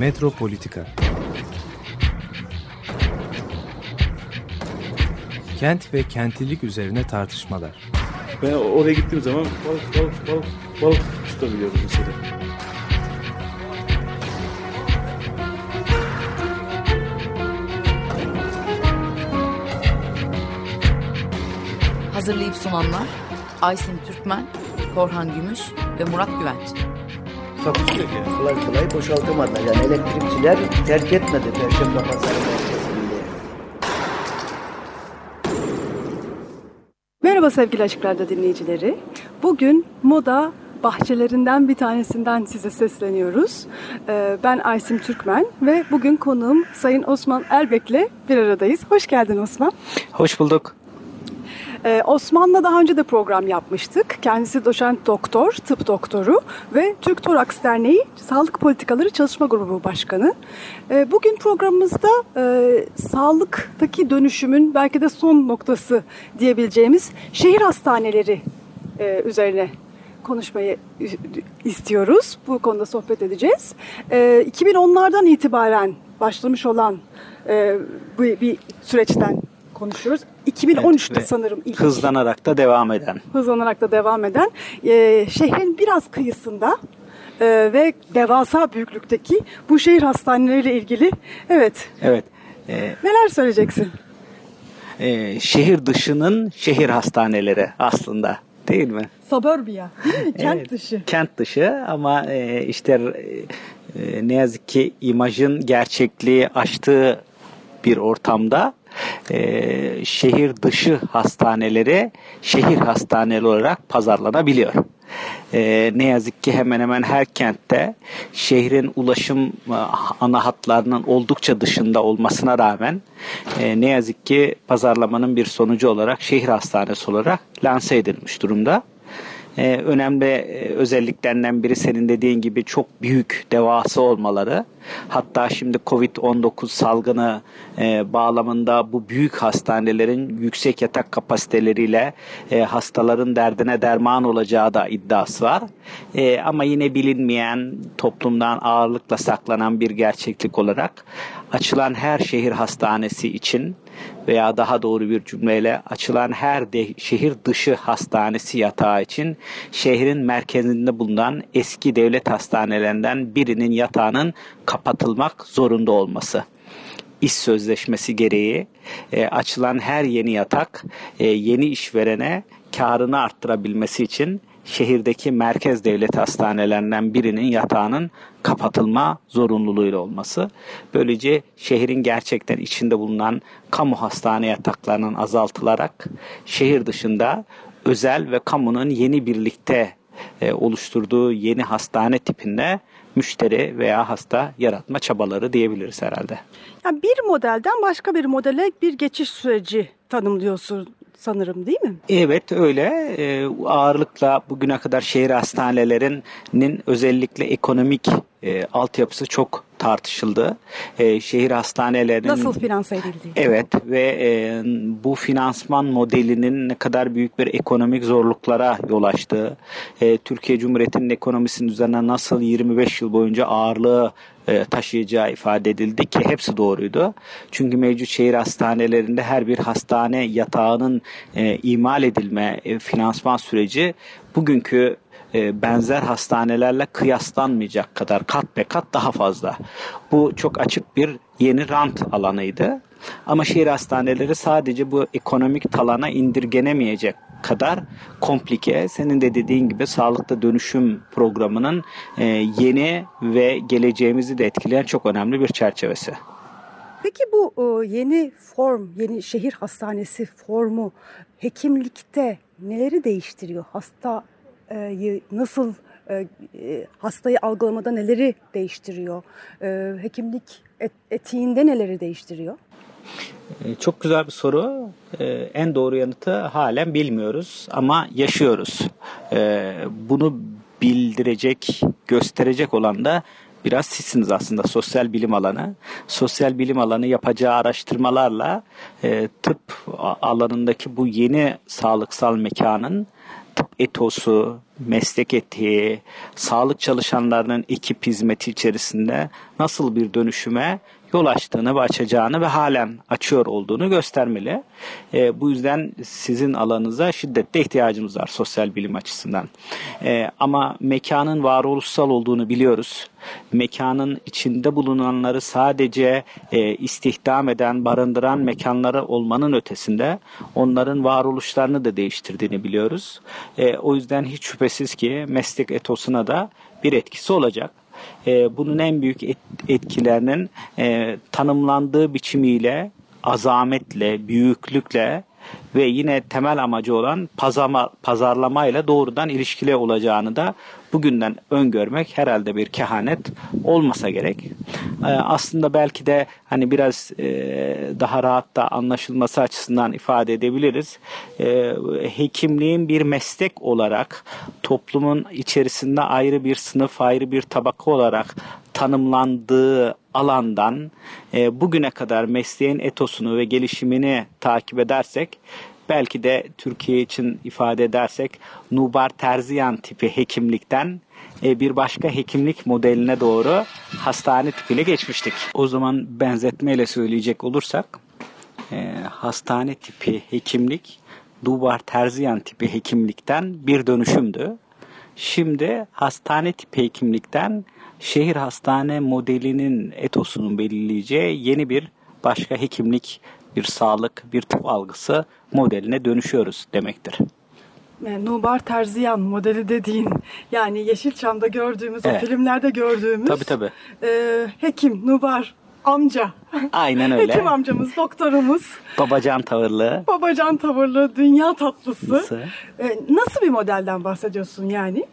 Metropolitika. Kent ve kentlilik üzerine tartışmalar. Ben oraya gittiğim zaman balık tutabiliyorum mesela. Hazırlayıp sunanlar Aysim Türkmen, Korhan Gümüş ve Murat Güvenç. Takusuyor yani. Kolay boşaltamadılar. Yani elektrikçiler terk etmedi Perşembe Pazarı merkezinde. Merhaba sevgili Açık Radyo dinleyicileri. Bugün moda bahçelerinden bir tanesinden size sesleniyoruz. Ben Aysim Türkmen ve bugün konuğum Sayın Osman Erbek'le bir aradayız. Hoş geldin Osman. Hoş bulduk. Osman'la daha önce de program yapmıştık. Kendisi doçent doktor, tıp doktoru ve Türk Toraks Derneği Sağlık Politikaları Çalışma Grubu Başkanı. Bugün programımızda sağlıktaki dönüşümün belki de son noktası diyebileceğimiz şehir hastaneleri üzerine konuşmayı istiyoruz. Bu konuda sohbet edeceğiz. 2010'lardan itibaren başlamış olan bir süreçten konuşuyoruz. 2013'te evet, sanırım ilk. Hızlanarak da devam eden. Şehrin biraz kıyısında ve devasa büyüklükteki bu şehir hastaneleriyle ilgili. Evet. Neler söyleyeceksin? Şehir dışının şehir hastaneleri aslında. Değil mi? Suburbia, değil mi? Kent dışı. Kent dışı ama ne yazık ki imajın gerçekliği aştığı bir ortamda şehir dışı hastaneleri şehir hastaneleri olarak pazarlanabiliyor. Ne yazık ki hemen hemen her kentte şehrin ulaşım ana hatlarının oldukça dışında olmasına rağmen ne yazık ki pazarlamanın bir sonucu olarak şehir hastanesi olarak lanse edilmiş durumda. Önemli özelliklerinden biri senin dediğin gibi çok büyük, devasa olmaları. Hatta şimdi Covid-19 salgını bağlamında bu büyük hastanelerin yüksek yatak kapasiteleriyle hastaların derdine derman olacağı da iddiası var. Ama yine bilinmeyen, toplumdan ağırlıkla saklanan bir gerçeklik olarak açılan her şehir hastanesi için veya daha doğru bir cümleyle açılan her şehir dışı hastanesi yatağı için şehrin merkezinde bulunan eski devlet hastanelerinden birinin yatağının kapatılmak zorunda olması. İş sözleşmesi gereği açılan her yeni yatak yeni işverene karını arttırabilmesi için şehirdeki merkez devlet hastanelerinden birinin yatağının kapatılma zorunluluğuyla olması. Böylece şehrin gerçekten içinde bulunan kamu hastane yataklarının azaltılarak şehir dışında özel ve kamunun yeni birlikte oluşturduğu yeni hastane tipinde müşteri veya hasta yaratma çabaları diyebiliriz herhalde. Yani bir modelden başka bir modele bir geçiş süreci tanımlıyorsun sanırım, değil mi? Evet, öyle. Ağırlıkla bugüne kadar şehir hastanelerinin özellikle ekonomik altyapısı çok tartışıldı. Şehir hastanelerinin nasıl finanse edildiği. Evet ve bu finansman modelinin ne kadar büyük bir ekonomik zorluklara yol açtığı, Türkiye Cumhuriyeti'nin ekonomisinin üzerine nasıl 25 yıl boyunca ağırlığı taşıyacağı ifade edildi ki hepsi doğruydu. Çünkü mevcut şehir hastanelerinde her bir hastane yatağının imal edilme finansman süreci bugünkü benzer hastanelerle kıyaslanmayacak kadar kat be kat daha fazla. Bu çok açık bir yeni rant alanıydı. Ama şehir hastaneleri sadece bu ekonomik talana indirgenemeyecek kadar komplike, senin de dediğin gibi sağlıkta dönüşüm programının yeni ve geleceğimizi de etkileyen çok önemli bir çerçevesi. Peki bu yeni yeni şehir hastanesi formu hekimlikte neleri değiştiriyor? Nasıl hastayı algılamada neleri değiştiriyor? Hekimlik etiğinde neleri değiştiriyor? Çok güzel bir soru. En doğru yanıtı halen bilmiyoruz ama yaşıyoruz. Bunu bildirecek, gösterecek olan da biraz sizsiniz aslında, sosyal bilim alanı. Sosyal bilim alanı yapacağı araştırmalarla tıp alanındaki bu yeni sağlıksal mekanın tıp etosu, meslek etiği, sağlık çalışanlarının ekip hizmeti içerisinde nasıl bir dönüşüme yol açtığını ve açacağını ve halen açıyor olduğunu göstermeli. Bu yüzden sizin alanınıza şiddetle ihtiyacımız var sosyal bilim açısından. Ama mekanın varoluşsal olduğunu biliyoruz. Mekanın içinde bulunanları sadece istihdam eden, barındıran mekanları olmanın ötesinde onların varoluşlarını da değiştirdiğini biliyoruz. O yüzden hiç şüphesiz ki meslek etosuna da bir etkisi olacak. Bunun en büyük etkilerinin tanımlandığı biçimiyle, azametle, büyüklükle ve yine temel amacı olan pazarlamayla doğrudan ilişkili olacağını da bugünden öngörmek herhalde bir kehanet olmasa gerek. Aslında belki de hani biraz daha rahat da anlaşılması açısından ifade edebiliriz. Hekimliğin bir meslek olarak toplumun içerisinde ayrı bir sınıf, ayrı bir tabaka olarak tanımlandığı alandan bugüne kadar mesleğin etosunu ve gelişimini takip edersek, belki de Türkiye için ifade edersek Nubar Terziyan tipi hekimlikten bir başka hekimlik modeline doğru hastane tipiyle geçmiştik. O zaman benzetmeyle söyleyecek olursak hastane tipi hekimlik Nubar Terziyan tipi hekimlikten bir dönüşümdü. Şimdi hastane tipi hekimlikten şehir hastane modelinin etosunun belirleyeceği yeni bir başka hekimlik, bir sağlık, bir tıp algısı modeline dönüşüyoruz demektir. Nubar Terziyan modeli dediğin, yani Yeşilçam'da gördüğümüz, evet, o filmlerde gördüğümüz tabii. Hekim Nubar amca. Aynen öyle. Hekim amcamız, doktorumuz. Babacan tavırlı. Babacan tavırlı, dünya tatlısı. Nasıl bir modelden bahsediyorsun yani?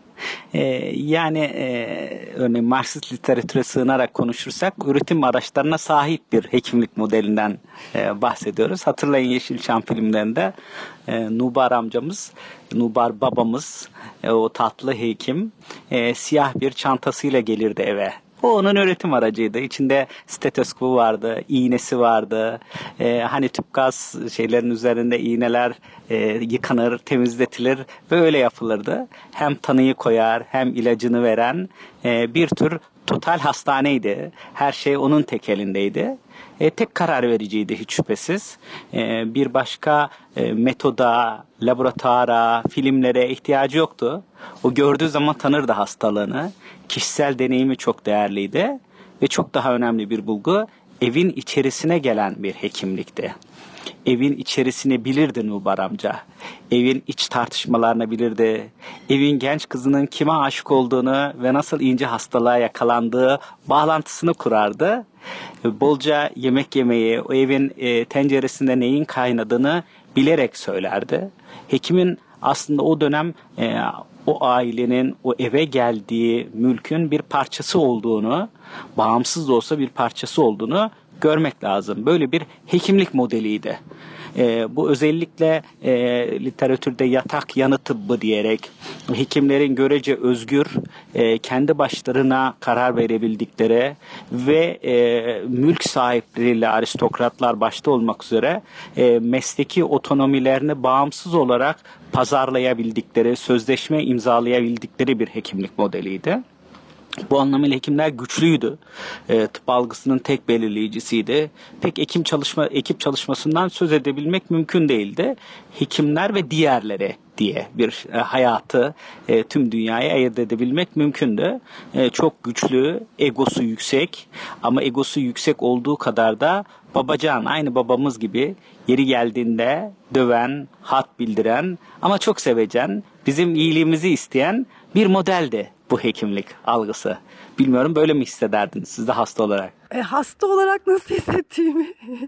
Örneğin Marksist literatüre sığınarak konuşursak üretim araçlarına sahip bir hekimlik modelinden bahsediyoruz. Hatırlayın Yeşilçam filmlerinde Nubar amcamız, Nubar babamız, o tatlı hekim siyah bir çantasıyla gelirdi eve. O onun üretim aracıydı. İçinde stetoskopu vardı, iğnesi vardı. Hani tüp gaz şeylerin üzerinde iğneler yıkanır, temizletilir ve öyle yapılırdı. Hem tanıyı koyar hem ilacını veren bir tür total hastaneydi. Her şey onun tek elindeydi. Tek karar vericiydi hiç şüphesiz. Bir başka metoda, laboratuvara, filmlere ihtiyacı yoktu. O gördüğü zaman tanırdı hastalığını. Kişisel deneyimi çok değerliydi ve çok daha önemli bir bulgu, evin içerisine gelen bir hekimlikti. Evin içerisini bilirdi Nubar amca. Evin iç tartışmalarını bilirdi. Evin genç kızının kime aşık olduğunu ve nasıl ince hastalığa yakalandığı bağlantısını kurardı. Bolca yemek yemeyi, o evin tenceresinde neyin kaynadığını bilerek söylerdi. Hekimin aslında o dönem o ailenin, o eve geldiği mülkün bir parçası olduğunu, bağımsız da olsa bir parçası olduğunu görmek lazım. Böyle bir hekimlik modeliydi. Bu özellikle literatürde yatak yanı tıbbı diyerek hekimlerin görece özgür, kendi başlarına karar verebildikleri ve mülk sahipleriyle aristokratlar başta olmak üzere mesleki otonomilerini bağımsız olarak pazarlayabildikleri, sözleşme imzalayabildikleri bir hekimlik modeliydi. Bu anlamıyla hekimler güçlüydü. Tıp algısının tek belirleyicisiydi. Pek ekip çalışmasından söz edebilmek mümkün değildi. Hekimler ve diğerleri diye bir hayatı tüm dünyaya ayırt edebilmek mümkündü. Çok güçlü, egosu yüksek ama egosu yüksek olduğu kadar da babacan, aynı babamız gibi yeri geldiğinde döven, hat bildiren ama çok sevecen, bizim iyiliğimizi isteyen bir modeldi bu hekimlik algısı. Bilmiyorum, böyle mi hissederdiniz siz de hasta olarak? Hasta olarak nasıl hissettiğimi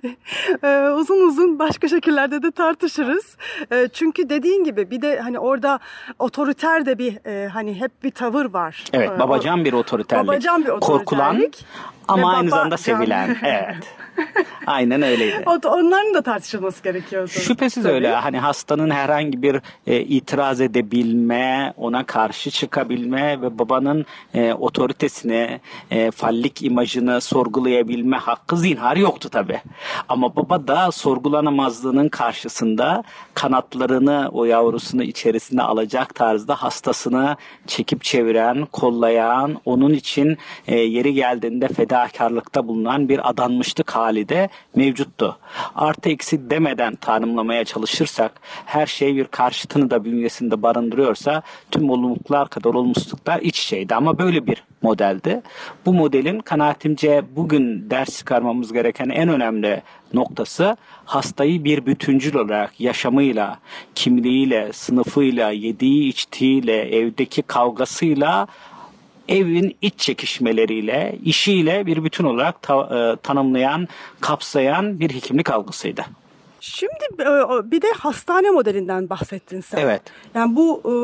uzun uzun başka şekillerde de tartışırız. Çünkü dediğin gibi bir de hani orada otoriter de bir hani hep bir tavır var. Evet, babacan bir otoriterlik. Babacan bir otoriterlik. Korkulan ama aynı zamanda sevilen. Evet. Aynen öyleydi. Onların da tartışılması gerekiyordu. Şüphesiz tabii. öyle. Hani hastanın herhangi bir itiraz edebilme, ona karşı çıkabilme ve babanın otoritesini, fallik imajını sorgulayabilme sorgulayabilme hakkı zinhar yoktu tabii. Ama baba da sorgulanamazlığının karşısında kanatlarını o yavrusunu içerisine alacak tarzda hastasını çekip çeviren, kollayan, onun için yeri geldiğinde fedakarlıkta bulunan bir adanmışlık hali de mevcuttu. Artı eksi demeden tanımlamaya çalışırsak, her şey bir karşıtını da bünyesinde barındırıyorsa tüm olumluluklar kadar olumsuzluklar iç içeydi. Ama böyle bir modeldi. Bu modelin kanaatimce bugün ders çıkarmamız gereken en önemli noktası, hastayı bir bütüncül olarak yaşamıyla, kimliğiyle, sınıfıyla, yediği içtiğiyle, evdeki kavgasıyla, evin iç çekişmeleriyle, işiyle bir bütün olarak tanımlayan, kapsayan bir hekimlik algısıydı. Şimdi bir de hastane modelinden bahsettin sen. Evet. Yani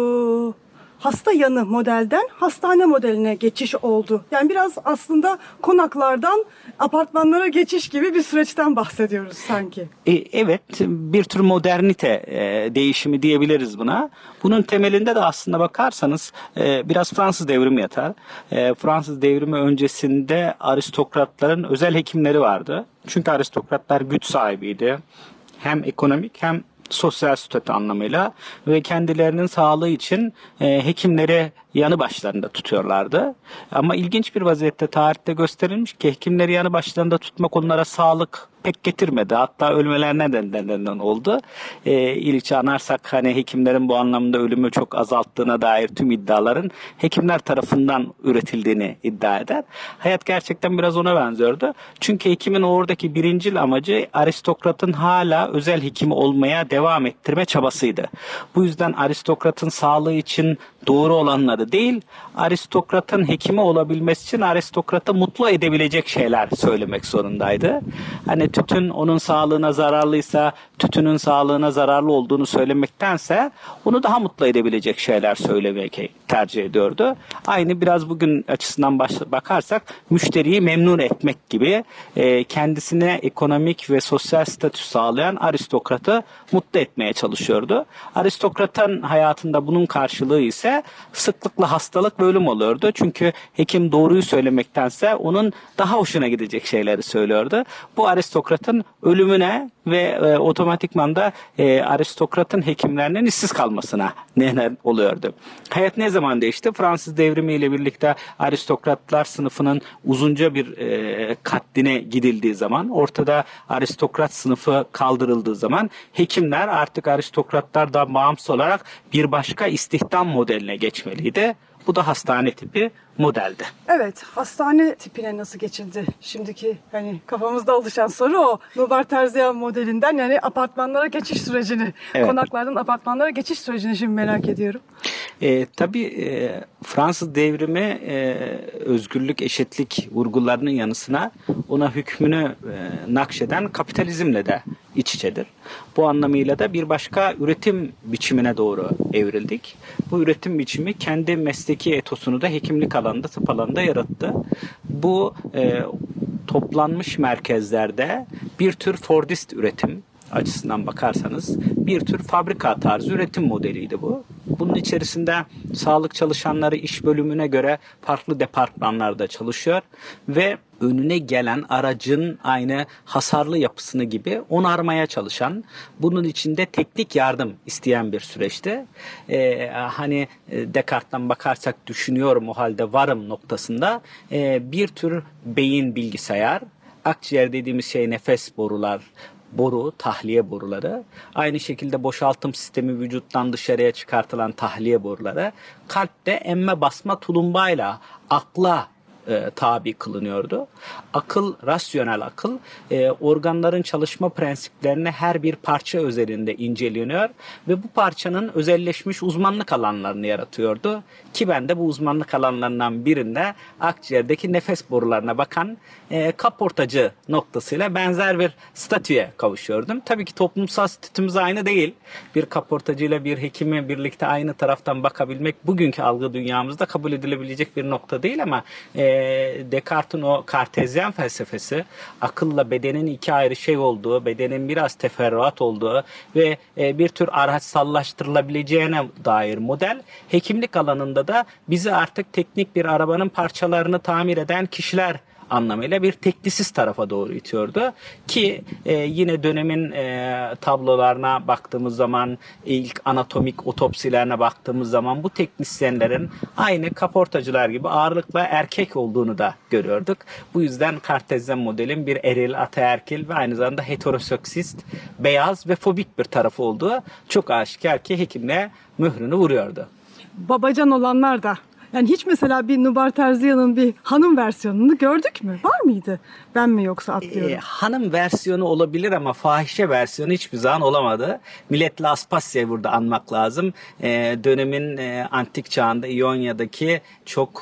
bu hasta yanı modelden hastane modeline geçiş oldu. Yani biraz aslında konaklardan apartmanlara geçiş gibi bir süreçten bahsediyoruz sanki. Evet, bir tür modernite değişimi diyebiliriz buna. Bunun temelinde de aslında bakarsanız biraz Fransız devrimi yatar. Fransız devrimi öncesinde aristokratların özel hekimleri vardı. Çünkü aristokratlar güç sahibiydi. Hem ekonomik hem sosyal statü anlamıyla ve kendilerinin sağlığı için hekimleri yanı başlarında tutuyorlardı. Ama ilginç bir vaziyette tarihte gösterilmiş ki hekimleri yanı başlarında tutmak onlara sağlık pek getirmedi. Hatta ölmelerine neden oldu. İliç'i anarsak hani hekimlerin bu anlamda ölümü çok azalttığına dair tüm iddiaların hekimler tarafından üretildiğini iddia eder. Hayat gerçekten biraz ona benziyordu. Çünkü hekimin oradaki birincil amacı aristokratın hala özel hekimi olmaya devam ettirme çabasıydı. Bu yüzden aristokratın sağlığı için doğru olanları değil, aristokratın hekimi olabilmesi için aristokratı mutlu edebilecek şeyler söylemek zorundaydı. Hani tütün onun sağlığına zararlıysa tütünün sağlığına zararlı olduğunu söylemektense onu daha mutlu edebilecek şeyler söylemeyi tercih ediyordu. Aynı biraz bugün açısından bakarsak müşteriyi memnun etmek gibi kendisine ekonomik ve sosyal statü sağlayan aristokratı mutlu etmeye çalışıyordu. Aristokratın hayatında bunun karşılığı ise sıklıkla hastalık ve ölüm oluyordu. Çünkü hekim doğruyu söylemektense onun daha hoşuna gidecek şeyleri söylüyordu. Bu aristokratın ölümüne ve otomatikman da aristokratın hekimlerinin işsiz kalmasına neden oluyordu. Hayat ne zaman değişti? Fransız devrimi ile birlikte aristokratlar sınıfının uzunca bir katline gidildiği zaman, ortada aristokrat sınıfı kaldırıldığı zaman hekimler artık aristokratlardan bağımsız olarak bir başka istihdam modeline geçmeliydi. Bu da hastane tipi modeldi. Evet, hastane tipine nasıl geçildi? Şimdiki hani kafamızda oluşan soru o. Nubar Terziyan modelinden yani apartmanlara geçiş sürecini, evet, konaklardan apartmanlara geçiş sürecini şimdi merak ediyorum. Tabii Fransız devrimi özgürlük, eşitlik vurgularının yanısına ona hükmünü nakşeden kapitalizmle de iç içedir. Bu anlamıyla da bir başka üretim biçimine doğru evrildik. Bu üretim biçimi kendi mesleki etosunu da hekimlik alanında, tıp alanında yarattı. Bu toplanmış merkezlerde bir tür Fordist üretim açısından bakarsanız bir tür fabrika tarzı üretim modeliydi bu. Bunun içerisinde sağlık çalışanları iş bölümüne göre farklı departmanlarda çalışıyor ve önüne gelen aracın aynı hasarlı yapısını gibi onarmaya çalışan, bunun içinde teknik yardım isteyen bir süreçti. Hani Descartes'ten bakarsak düşünüyorum o halde varım noktasında bir tür beyin bilgisayar, akciğer dediğimiz şey nefes borular, boru, tahliye boruları, aynı şekilde boşaltım sistemi vücuttan dışarıya çıkartılan tahliye boruları, kalpte emme basma tulumbayla akla tabi kılınıyordu. Akıl, rasyonel akıl, organların çalışma prensiplerini her bir parça üzerinde inceleniyor ve bu parçanın özelleşmiş uzmanlık alanlarını yaratıyordu. Ki ben de bu uzmanlık alanlarından birinde akciğerdeki nefes borularına bakan kaportacı noktasıyla benzer bir statüye kavuşuyordum. Tabii ki toplumsal statümüz aynı değil. Bir kaportacıyla bir hekimi birlikte aynı taraftan bakabilmek bugünkü algı dünyamızda kabul edilebilecek bir nokta değil ama Descartes'in o kartezyen felsefesi, akılla bedenin iki ayrı şey olduğu, bedenin biraz teferruat olduğu ve bir tür araçsallaştırılabileceğine dair model, hekimlik alanında da bizi artık teknik bir arabanın parçalarını tamir eden kişiler anlamıyla bir teknisist tarafa doğru itiyordu. Ki yine dönemin tablolarına baktığımız zaman, ilk anatomik otopsilerine baktığımız zaman bu teknisyenlerin aynı kaportacılar gibi ağırlıkla erkek olduğunu da görüyorduk. Bu yüzden Kartezyen modelin bir eril, ataerkil ve aynı zamanda heteroseksist, beyaz ve fobik bir tarafı olduğu çok aşikar ki hekimle mührünü vuruyordu. Babacan olanlar da. Yani hiç mesela bir Nubar Terziyan'ın bir hanım versiyonunu gördük mü? Var mıydı? Ben mi yoksa atlıyorum? Hanım versiyonu olabilir ama fahişe versiyonu hiçbir zaman olamadı. Milletli Aspasya'yı burada anmak lazım. Dönemin antik çağında İonya'daki çok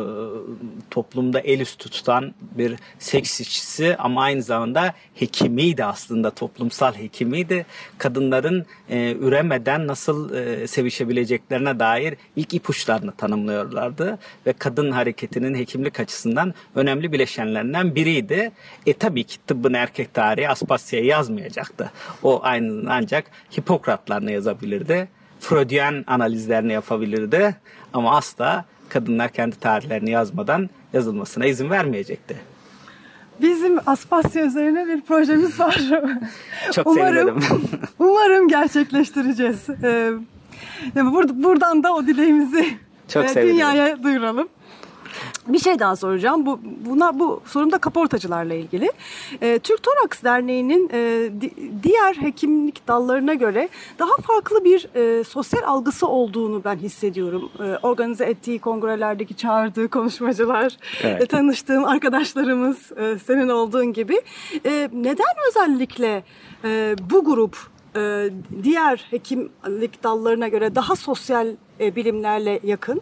toplumda el üstü tutan bir seks işçisi ama aynı zamanda hekimiydi aslında. Toplumsal hekimiydi. Kadınların üremeden nasıl sevişebileceklerine dair ilk ipuçlarını tanımlıyorlardı. Ve kadın hareketinin hekimlik açısından önemli bileşenlerinden biriydi. Tabii ki tıbbın erkek tarihi Aspasya'ya yazmayacaktı. O ancak Hipokratlarını yazabilirdi. Freudian analizlerini yapabilirdi. Ama asla kadınlar kendi tarihlerini yazmadan yazılmasına izin vermeyecekti. Bizim Aspasya üzerine bir projemiz var. Çok sevinirim. Umarım gerçekleştireceğiz. Buradan da o dileğimizi dünyaya duyuralım. Bir şey daha soracağım. Bu sorum da kaportacılarla ilgili. Türk Toraks Derneği'nin diğer hekimlik dallarına göre daha farklı bir sosyal algısı olduğunu ben hissediyorum. Organize ettiği kongrelerdeki çağırdığı konuşmacılar, tanıştığım arkadaşlarımız, senin olduğun gibi. Neden özellikle bu grup diğer hekimlik dallarına göre daha sosyal bilimlerle yakın?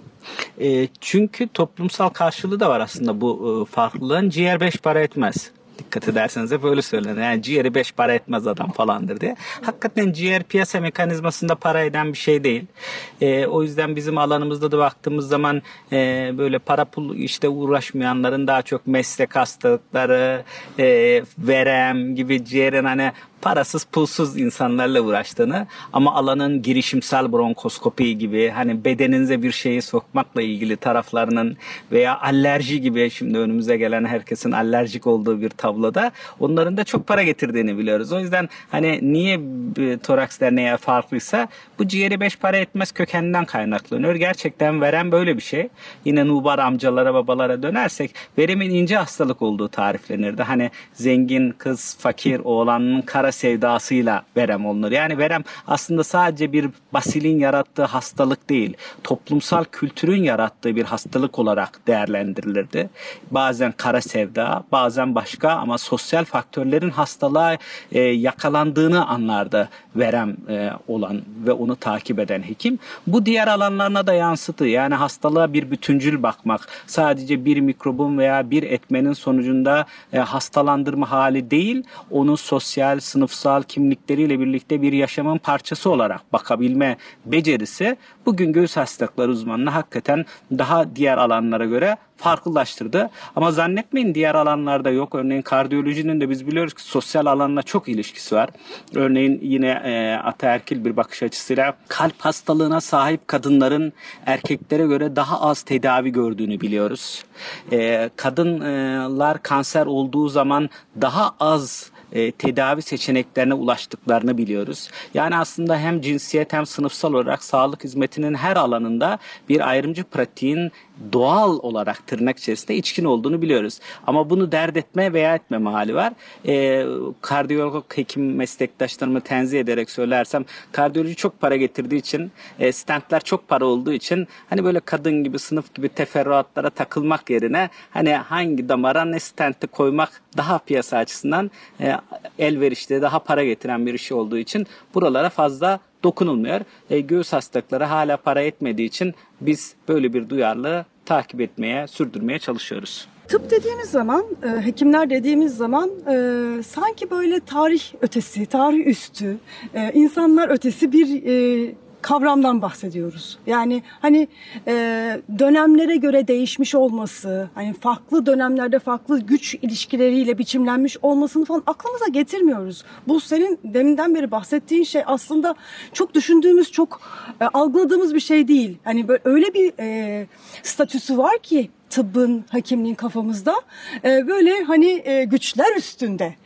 Çünkü toplumsal karşılığı da var aslında bu farklılığın. Ciğer 5 para etmez. Dikkat ederseniz hep öyle söylenir. Yani ciğeri 5 para etmez adam falandır diye. Hakikaten ciğer piyasa mekanizmasında para eden bir şey değil. O yüzden bizim alanımızda da baktığımız zaman böyle para pul işte uğraşmayanların daha çok meslek hastalıkları, verem gibi ciğerin hani parasız pulsuz insanlarla uğraştığını ama alanın girişimsel bronkoskopi gibi hani bedeninize bir şeyi sokmakla ilgili taraflarının veya alerji gibi şimdi önümüze gelen herkesin alerjik olduğu bir tabloda onların da çok para getirdiğini biliyoruz. O yüzden hani niye Toraks Derneği farklıysa bu ciğeri 5 para etmez kökeninden kaynaklanıyor. Gerçekten verem böyle bir şey. Yine Nubar amcalara babalara dönersek veremin ince hastalık olduğu tariflenirdi. Hani zengin kız fakir oğlanın kara sevdasıyla verem olunur. Yani verem aslında sadece bir basilin yarattığı hastalık değil, toplumsal kültürün yarattığı bir hastalık olarak değerlendirilirdi. Bazen kara sevda, bazen başka ama sosyal faktörlerin hastalığa yakalandığını anlardı verem olan ve onu takip eden hekim. Bu diğer alanlarına da yansıtı. Yani hastalığa bir bütüncül bakmak, sadece bir mikrobun veya bir etmenin sonucunda hastalandırma hali değil, onu sosyal, sınıfsal kimlikleriyle birlikte bir yaşamın parçası olarak bakabilme becerisi bugün göğüs hastalıkları uzmanını hakikaten daha diğer alanlara göre farklılaştırdı. Ama zannetmeyin diğer alanlarda yok. Örneğin kardiyolojinin de biz biliyoruz ki sosyal alanla çok ilişkisi var. Örneğin yine ataerkil bir bakış açısıyla kalp hastalığına sahip kadınların erkeklere göre daha az tedavi gördüğünü biliyoruz. Kadınlar kanser olduğu zaman daha az tedavi seçeneklerine ulaştıklarını biliyoruz. Yani aslında hem cinsiyet hem sınıfsal olarak sağlık hizmetinin her alanında bir ayrımcı pratiğin doğal olarak tırnak içerisinde içkin olduğunu biliyoruz. Ama bunu dert etme veya etmeme hali var. Kardiyolog hekim meslektaşlarımı tenzih ederek söylersem kardiyoloji çok para getirdiği için stentler çok para olduğu için hani böyle kadın gibi sınıf gibi teferruatlara takılmak yerine hani hangi damara ne stenti koymak daha piyasa açısından elverişli daha para getiren bir iş olduğu için buralara fazla dokunulmuyor. Göğüs hastalıkları hala para etmediği için biz böyle bir duyarlılığı takip etmeye, sürdürmeye çalışıyoruz. Tıp dediğimiz zaman, hekimler dediğimiz zaman sanki böyle tarih ötesi, tarih üstü, insanlar ötesi bir kavramdan bahsediyoruz. Yani hani dönemlere göre değişmiş olması, hani farklı dönemlerde farklı güç ilişkileriyle biçimlenmiş olmasını falan aklımıza getirmiyoruz. Bu senin deminden beri bahsettiğin şey aslında çok düşündüğümüz, çok algıladığımız bir şey değil. Hani böyle öyle bir statüsü var ki tıbbın, hekimliğin kafamızda böyle hani güçler üstünde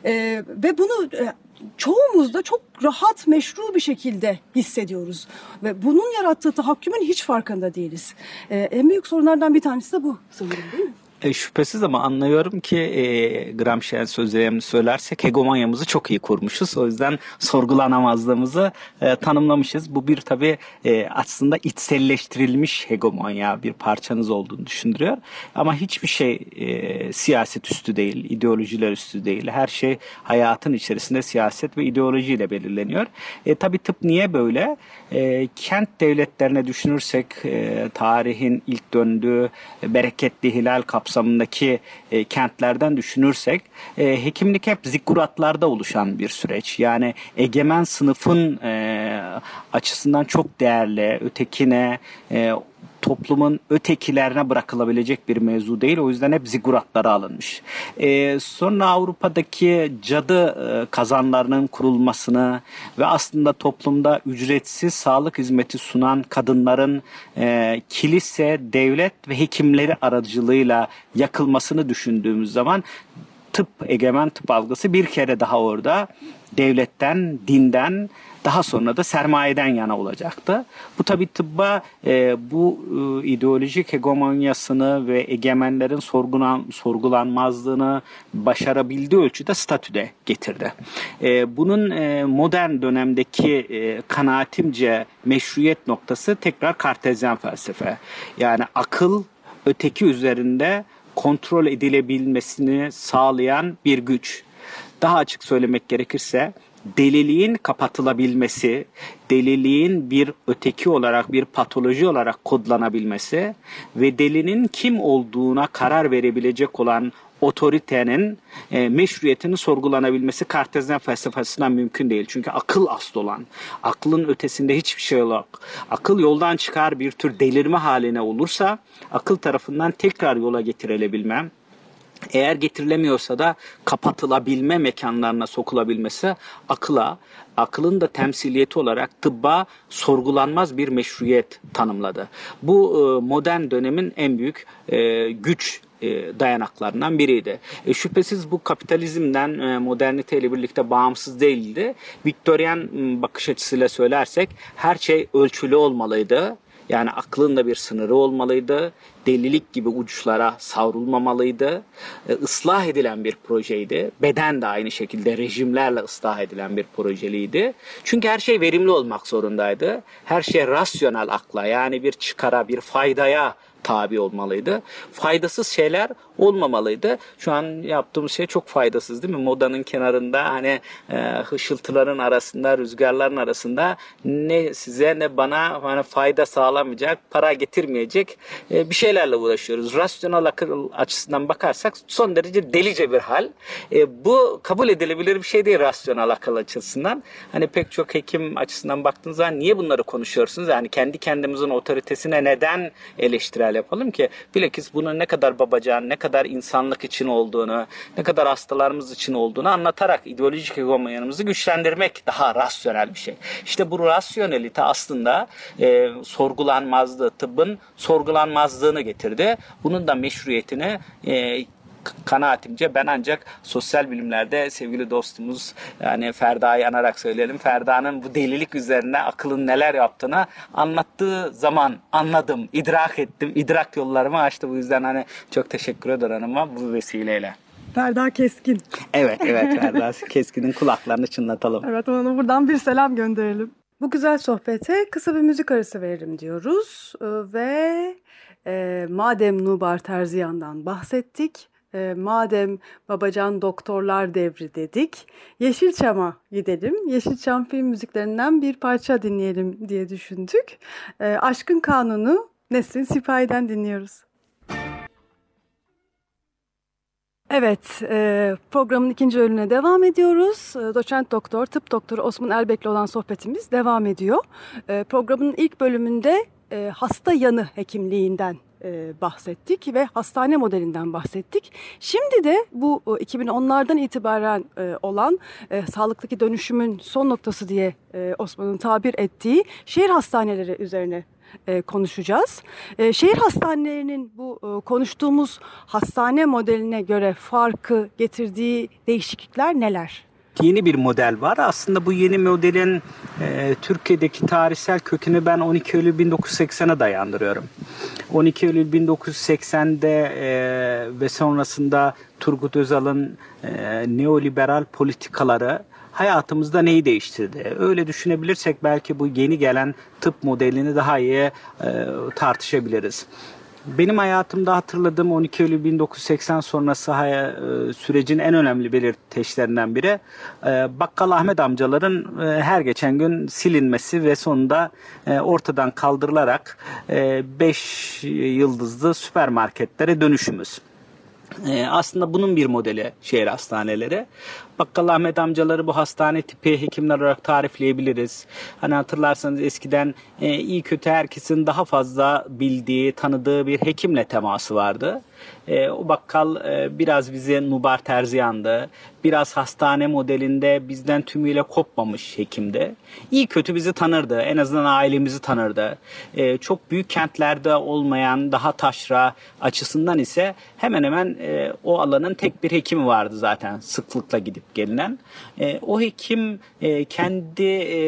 ve bunu çoğumuz da çok rahat, meşru bir şekilde hissediyoruz. Ve bunun yarattığı tahakkümün hiç farkında değiliz. En büyük sorunlardan bir tanesi de bu sanırım, değil mi? Şüphesiz ama anlıyorum ki Gramsci'nin sözlerini söylersek hegemonyamızı çok iyi kurmuşuz. O yüzden sorgulanamazlığımızı tanımlamışız. Bu bir tabii aslında içselleştirilmiş hegemonya, bir parçanız olduğunu düşündürüyor. Ama hiçbir şey siyaset üstü değil, ideolojiler üstü değil. Her şey hayatın içerisinde siyaset ve ideolojiyle belirleniyor. Tabii tıp niye böyle? Kent devletlerine düşünürsek tarihin ilk döndüğü bereketli hilal kapsamındaki kentlerden düşünürsek hekimlik hep zikkuratlarda oluşan bir süreç. Yani egemen sınıfın açısından çok değerli, ötekine, toplumun ötekilerine bırakılabilecek bir mevzu değil. O yüzden hep ziguratlara alınmış. Sonra Avrupa'daki cadı kazanlarının kurulmasını ve aslında toplumda ücretsiz sağlık hizmeti sunan kadınların kilise, devlet ve hekimleri aracılığıyla yakılmasını düşündüğümüz zaman tıp, egemen tıp algısı bir kere daha orada devletten, dinden, daha sonra da sermayeden yana olacaktı. Bu tabii tıbba bu ideolojik hegemonyasını ve egemenlerin sorgulanmazlığını başarabildiği ölçüde statüde getirdi. Bunun modern dönemdeki kanaatimce meşruiyet noktası tekrar Kartezyen felsefe. Yani akıl öteki üzerinde kontrol edilebilmesini sağlayan bir güç. Daha açık söylemek gerekirse deliliğin kapatılabilmesi, deliliğin bir öteki olarak, bir patoloji olarak kodlanabilmesi ve delinin kim olduğuna karar verebilecek olan otoritenin meşruiyetini sorgulanabilmesi Kartezyen felsefesinden mümkün değil. Çünkü akıl asıl olan, aklın ötesinde hiçbir şey yok. Akıl yoldan çıkar bir tür delirme haline olursa, akıl tarafından tekrar yola getirilebilmem, eğer getirilemiyorsa da kapatılabilme mekanlarına sokulabilmesi akılın da temsiliyeti olarak tıbba sorgulanmaz bir meşruiyet tanımladı. Bu modern dönemin en büyük güç dayanaklarından biriydi. Şüphesiz bu kapitalizmden moderniteyle birlikte bağımsız değildi. Viktoryen bakış açısıyla söylersek her şey ölçülü olmalıydı. Yani aklın da bir sınırı olmalıydı. Delilik gibi uçlara savrulmamalıydı. Islah edilen bir projeydi. Beden de aynı şekilde rejimlerle ıslah edilen bir projeliydi. Çünkü her şey verimli olmak zorundaydı. Her şey rasyonel akla, yani bir çıkara, bir faydaya tabi olmalıydı. Faydasız şeyler olmamalıydı. Şu an yaptığımız şey çok faydasız, değil mi? Modanın kenarında hani hışıltıların arasında, rüzgarların arasında ne size ne bana hani fayda sağlamayacak, para getirmeyecek bir şeylerle uğraşıyoruz. Rasyonel akıl açısından bakarsak son derece delice bir hal. Bu kabul edilebilir bir şey değil rasyonel akıl açısından. Hani pek çok hekim açısından baktığınız zaman niye bunları konuşuyorsunuz? Yani kendi kendimizin otoritesine neden eleştirel yapalım ki? Bilakis bunun ne kadar babacan, ne kadar insanlık için olduğunu, ne kadar hastalarımız için olduğunu anlatarak ideolojik hegemonyanımızı güçlendirmek daha rasyonel bir şey. İşte bu rasyonelite aslında sorgulanmazlığı, tıbbın sorgulanmazlığını getirdi. Bunun da meşruiyetini kanaatimce ben ancak sosyal bilimlerde sevgili dostumuz yani Ferda'yı anarak söyleyelim. Ferda'nın bu delilik üzerine akılın neler yaptığını anlattığı zaman anladım, idrak ettim. İdrak yollarımı açtı. Bu yüzden hani çok teşekkür ederim hanıma bu vesileyle. Ferda Keskin. Evet Ferda Keskin'in kulaklarını çınlatalım. Evet, ona buradan bir selam gönderelim. Bu güzel sohbete kısa bir müzik arası verelim diyoruz ve madem Nubar Terziyan'dan bahsettik, madem Babacan Doktorlar Devri dedik, Yeşilçam'a gidelim. Yeşilçam film müziklerinden bir parça dinleyelim diye düşündük. Aşkın Kanunu Nesrin Sipahi'den dinliyoruz. Evet, programın ikinci bölümüne devam ediyoruz. Doçent doktor, tıp doktoru Osman Elbek'le olan sohbetimiz devam ediyor. Programın ilk bölümünde hasta yanı hekimliğinden bahsettik ve hastane modelinden bahsettik. Şimdi de bu 2010'lardan itibaren olan sağlıktaki dönüşümün son noktası diye Osman'ın tabir ettiği şehir hastaneleri üzerine konuşacağız. Şehir hastanelerinin bu konuştuğumuz hastane modeline göre farkı, getirdiği değişiklikler neler? Yeni bir model var. Aslında bu yeni modelin Türkiye'deki tarihsel kökünü ben 12 Eylül 1980'e dayandırıyorum. 12 Eylül 1980'de ve sonrasında Turgut Özal'ın neoliberal politikaları hayatımızda neyi değiştirdi? Öyle düşünebilirsek belki bu yeni gelen tıp modelini daha iyi tartışabiliriz. Benim hayatımda hatırladığım 12 Eylül 1980 sonrası sürecin en önemli belirteçlerinden biri Bakkal Ahmet amcaların her geçen gün silinmesi ve sonunda ortadan kaldırılarak 5 yıldızlı süpermarketlere dönüşümüz. Aslında bunun bir modeli şehir hastaneleri. Bakkal Ahmet amcaları bu hastane tipi hekimler olarak tarifleyebiliriz. Hani hatırlarsanız eskiden iyi kötü herkesin daha fazla bildiği, tanıdığı bir hekimle teması vardı. O bakkal biraz bize Nubar Terziyan'dı. Biraz hastane modelinde bizden tümüyle kopmamış hekimdi. İyi kötü bizi tanırdı. En azından ailemizi tanırdı. Çok büyük kentlerde olmayan, daha taşra açısından ise hemen hemen o alanın tek bir hekimi vardı zaten sıklıkla gidip gelinen. O hekim kendi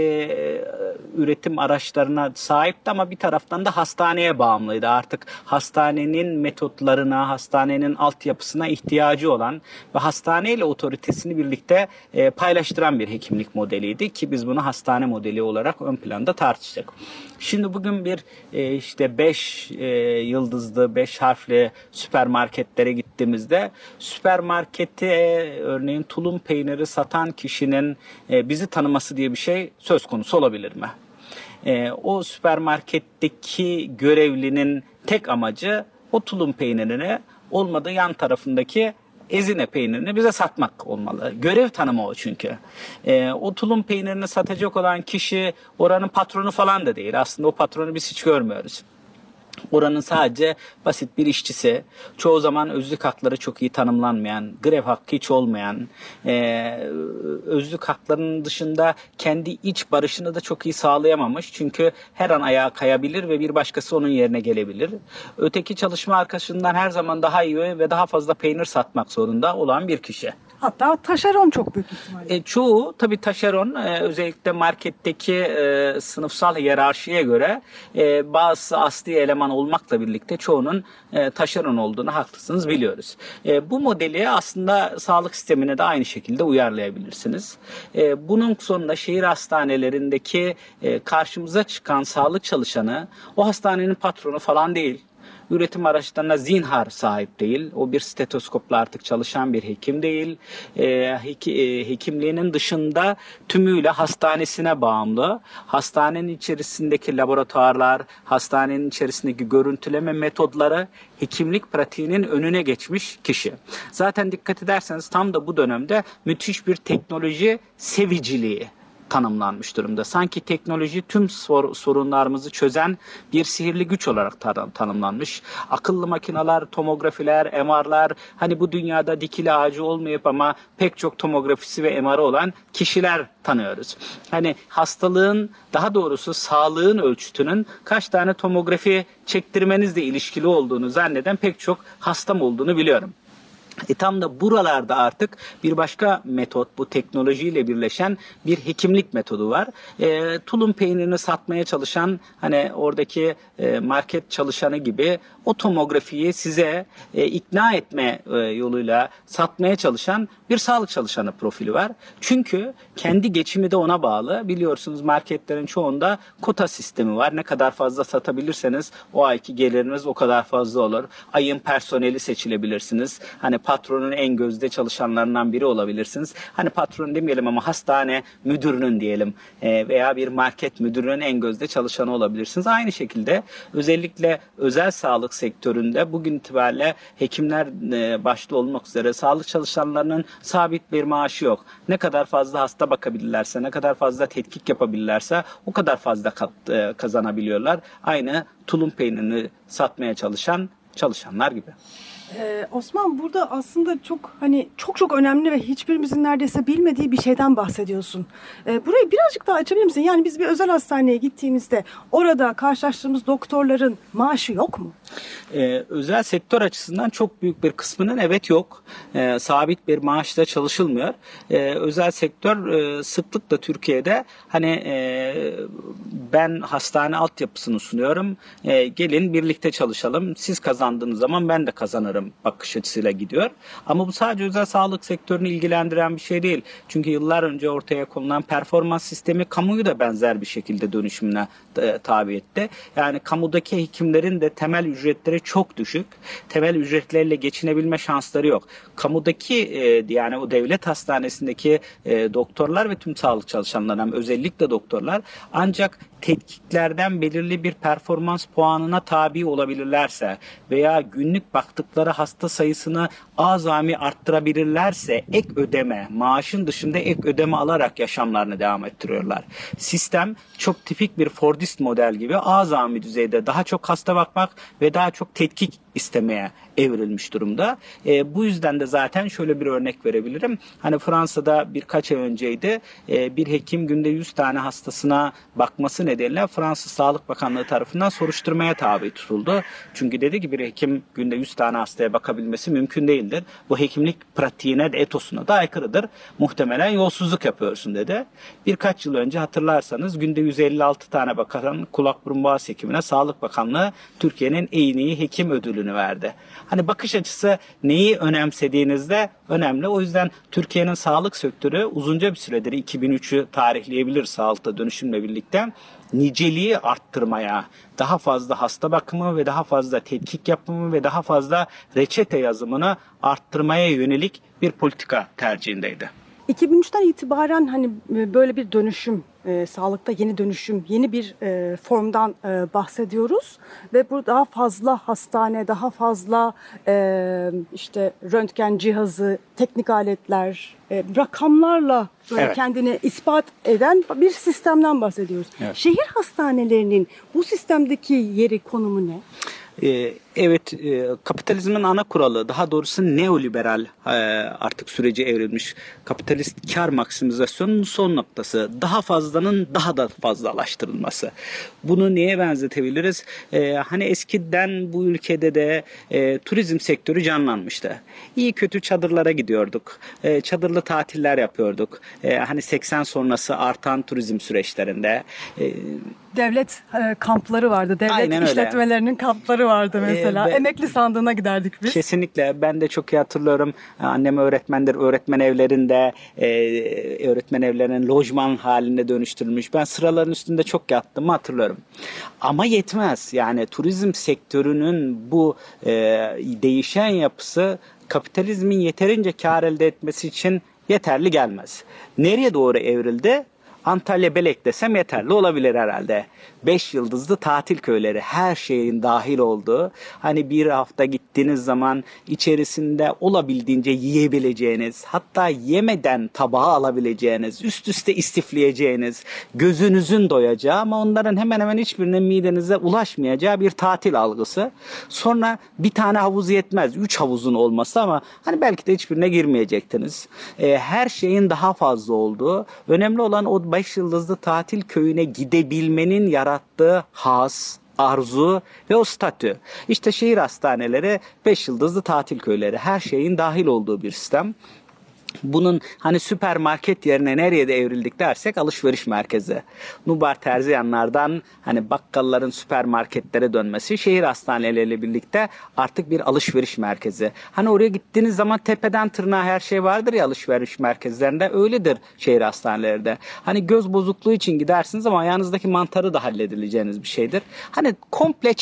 üretim araçlarına sahipti ama bir taraftan da hastaneye bağımlıydı. Artık hastanenin metotlarına, hastanenin altyapısına ihtiyacı olan ve hastaneyle otoritesini birlikte paylaştıran bir hekimlik modeliydi ki biz bunu hastane modeli olarak ön planda tartıştık. Şimdi bugün bir işte 5 yıldızlı, 5 harfli süpermarketlere gittiğimizde süpermarketi örneğin tulum peyniri satan kişinin bizi tanıması diye bir şey söz konusu olabilir mi? O süpermarketteki görevlinin tek amacı o tulum peynirini olmadı yan tarafındaki Ezine peynirini bize satmak olmalı. Görev tanımı o çünkü. O tulum peynirini satacak olan kişi oranın patronu falan da değil. Aslında o patronu biz hiç görmüyoruz. Oranın sadece basit bir işçisi, çoğu zaman özlük hakları çok iyi tanımlanmayan, grev hakkı hiç olmayan, özlük haklarının dışında kendi iç barışını da çok iyi sağlayamamış. Çünkü her an ayağa kayabilir ve bir başkası onun yerine gelebilir. Öteki çalışma arkadaşından her zaman daha iyi ve daha fazla peynir satmak zorunda olan bir kişi. Hatta taşeron çok büyük ihtimalle. Çoğu tabii taşeron özellikle marketteki sınıfsal hiyerarşiye göre bazı asli eleman olmakla birlikte çoğunun taşeron olduğunu haklısınız biliyoruz. Bu modeli aslında sağlık sistemine de aynı şekilde uyarlayabilirsiniz. Bunun sonunda şehir hastanelerindeki karşımıza çıkan sağlık çalışanı o hastanenin patronu falan değil. Üretim araçlarına zinhar sahip değil. O bir stetoskopla artık çalışan bir hekim değil. Hekimliğinin dışında tümüyle hastanesine bağımlı. Hastanenin içerisindeki laboratuvarlar, hastanenin içerisindeki görüntüleme metodları hekimlik pratiğinin önüne geçmiş kişi. Zaten dikkat ederseniz tam da bu dönemde müthiş bir teknoloji seviciliği tanımlanmış durumda. Sanki teknoloji tüm sorunlarımızı çözen bir sihirli güç olarak tanımlanmış. Akıllı makineler, tomografiler, MR'lar, hani bu dünyada dikili ağacı olmayıp ama pek çok tomografisi ve MR'ı olan kişiler tanıyoruz. Hani hastalığın, daha doğrusu sağlığın ölçütünün kaç tane tomografi çektirmenizle ilişkili olduğunu zanneden pek çok hastam olduğunu biliyorum. Tam da buralarda artık bir başka metot, bu teknolojiyle birleşen bir hekimlik metodu var. Tulum peynirini satmaya çalışan, hani oradaki market çalışanı gibi o tomografiyi size ikna etme yoluyla satmaya çalışan bir sağlık çalışanı profili var. Çünkü kendi geçimi de ona bağlı. Biliyorsunuz marketlerin çoğunda kota sistemi var. Ne kadar fazla satabilirseniz o ayki geliriniz o kadar fazla olur. Ayın personeli seçilebilirsiniz. Hani patronun en gözde çalışanlarından biri olabilirsiniz. Hani patron demeyelim ama hastane müdürünün diyelim veya bir market müdürünün en gözde çalışanı olabilirsiniz. Aynı şekilde özellikle özel sağlık sektöründe bugün itibariyle hekimler başta olmak üzere sağlık çalışanlarının sabit bir maaşı yok. Ne kadar fazla hasta bakabilirlerse, ne kadar fazla tetkik yapabilirlerse o kadar fazla kazanabiliyorlar. Aynı tulum peynirini satmaya çalışanlar gibi. Osman, burada aslında çok önemli ve hiçbirimizin neredeyse bilmediği bir şeyden bahsediyorsun. Burayı birazcık daha açabilir misin? Yani biz bir özel hastaneye gittiğimizde orada karşılaştığımız doktorların maaşı yok mu? Özel sektör açısından çok büyük bir kısmının evet yok. Sabit bir maaşla çalışılmıyor. Özel sektör sıklıkla Türkiye'de ben hastane altyapısını sunuyorum. Gelin birlikte çalışalım. Siz kazandığınız zaman ben de kazanırım bakış açısıyla gidiyor. Ama bu sadece özel sağlık sektörünü ilgilendiren bir şey değil. Çünkü yıllar önce ortaya konulan performans sistemi kamuyu da benzer bir şekilde dönüşümüne tabi etti. Yani kamudaki hekimlerin de temel ücretleri çok düşük. Temel ücretlerle geçinebilme şansları yok. Kamudaki yani o devlet hastanesindeki doktorlar ve tüm sağlık çalışanları, özellikle doktorlar ancak tetkiklerden belirli bir performans puanına tabi olabilirlerse veya günlük baktıkları hasta sayısını azami arttırabilirlerse ek ödeme, maaşın dışında ek ödeme alarak yaşamlarını devam ettiriyorlar. Sistem çok tipik bir Fordist model gibi azami düzeyde daha çok hasta bakmak ve daha çok tetkik istemeye evrilmiş durumda. Bu yüzden de zaten şöyle bir örnek verebilirim. Hani Fransa'da birkaç ay önceydi bir hekim günde 100 tane hastasına bakması nedeniyle Fransız Sağlık Bakanlığı tarafından soruşturmaya tabi tutuldu. Çünkü dedi ki bir hekim günde 100 tane hastaya bakabilmesi mümkün değildir. Bu hekimlik pratiğine de etosuna da aykırıdır. Muhtemelen yolsuzluk yapıyorsun dedi. Birkaç yıl önce hatırlarsanız günde 156 tane bakan kulak burun boğaz hekimine Sağlık Bakanlığı Türkiye'nin en iyi hekim ödülünü verdi. Hani bakış açısı neyi önemsediğinizde önemli. O yüzden Türkiye'nin sağlık sektörü uzunca bir süredir 2003'ü tarihleyebilir sağlıkta dönüşümle birlikte niceliği arttırmaya, daha fazla hasta bakımı ve daha fazla tetkik yapımı ve daha fazla reçete yazımını arttırmaya yönelik bir politika tercihindeydi. 2003'ten itibaren böyle bir dönüşüm, sağlıkta yeni dönüşüm, yeni bir formdan bahsediyoruz ve bu daha fazla hastane, daha fazla röntgen cihazı, teknik aletler, rakamlarla böyle kendini ispat eden bir sistemden bahsediyoruz. Evet. Şehir hastanelerinin bu sistemdeki yeri, konumu ne? Evet, kapitalizmin ana kuralı, daha doğrusu neoliberal artık süreci evrilmiş kapitalist kar maksimizasyonunun son noktası, daha fazlanın daha da fazlalaştırılması. Bunu neye benzetebiliriz? Hani eskiden bu ülkede de turizm sektörü canlanmıştı. İyi kötü çadırlara gidiyorduk, çadırlı tatiller yapıyorduk. Hani 80 sonrası artan turizm süreçlerinde. Devlet kampları vardı, devlet işletmelerinin kampları vardı mesela. Emekli sandığına giderdik biz. Kesinlikle. Ben de çok iyi hatırlıyorum. Annem öğretmendir. Öğretmen evlerinde, öğretmen evlerinin lojman haline dönüştürülmüş. Ben sıraların üstünde çok yattığımı hatırlıyorum. Ama yetmez. Yani turizm sektörünün bu değişen yapısı kapitalizmin yeterince kar elde etmesi için yeterli gelmez. Nereye doğru evrildi? Antalya Belek desem yeterli olabilir herhalde. 5 yıldızlı tatil köyleri, her şeyin dahil olduğu, hani bir hafta gittiğiniz zaman içerisinde olabildiğince yiyebileceğiniz, hatta yemeden tabağa alabileceğiniz, üst üste istifleyeceğiniz, gözünüzün doyacağı ama onların hemen hemen hiçbirinin midenize ulaşmayacağı bir tatil algısı. Sonra bir tane havuz yetmez, 3 havuzun olması ama hani belki de hiçbirine girmeyecektiniz. Her şeyin daha fazla olduğu, önemli olan o 5 yıldızlı tatil köyüne gidebilmenin yarattığı haz, arzu ve o statü. İşte şehir hastaneleri 5 yıldızlı tatil köyleri, her şeyin dahil olduğu bir sistem. Bunun hani süpermarket yerine nereye de evrildik dersek alışveriş merkezi. Nubar Terziyanlardan hani bakkalların süpermarketlere dönmesi, şehir hastaneleriyle birlikte artık bir alışveriş merkezi. Hani oraya gittiğiniz zaman tepeden tırnağa her şey vardır ya alışveriş merkezlerinde, öyledir şehir hastanelerinde. Hani göz bozukluğu için gidersiniz ama ayağınızdaki mantarı da halledileceğiniz bir şeydir. Hani komple check-up.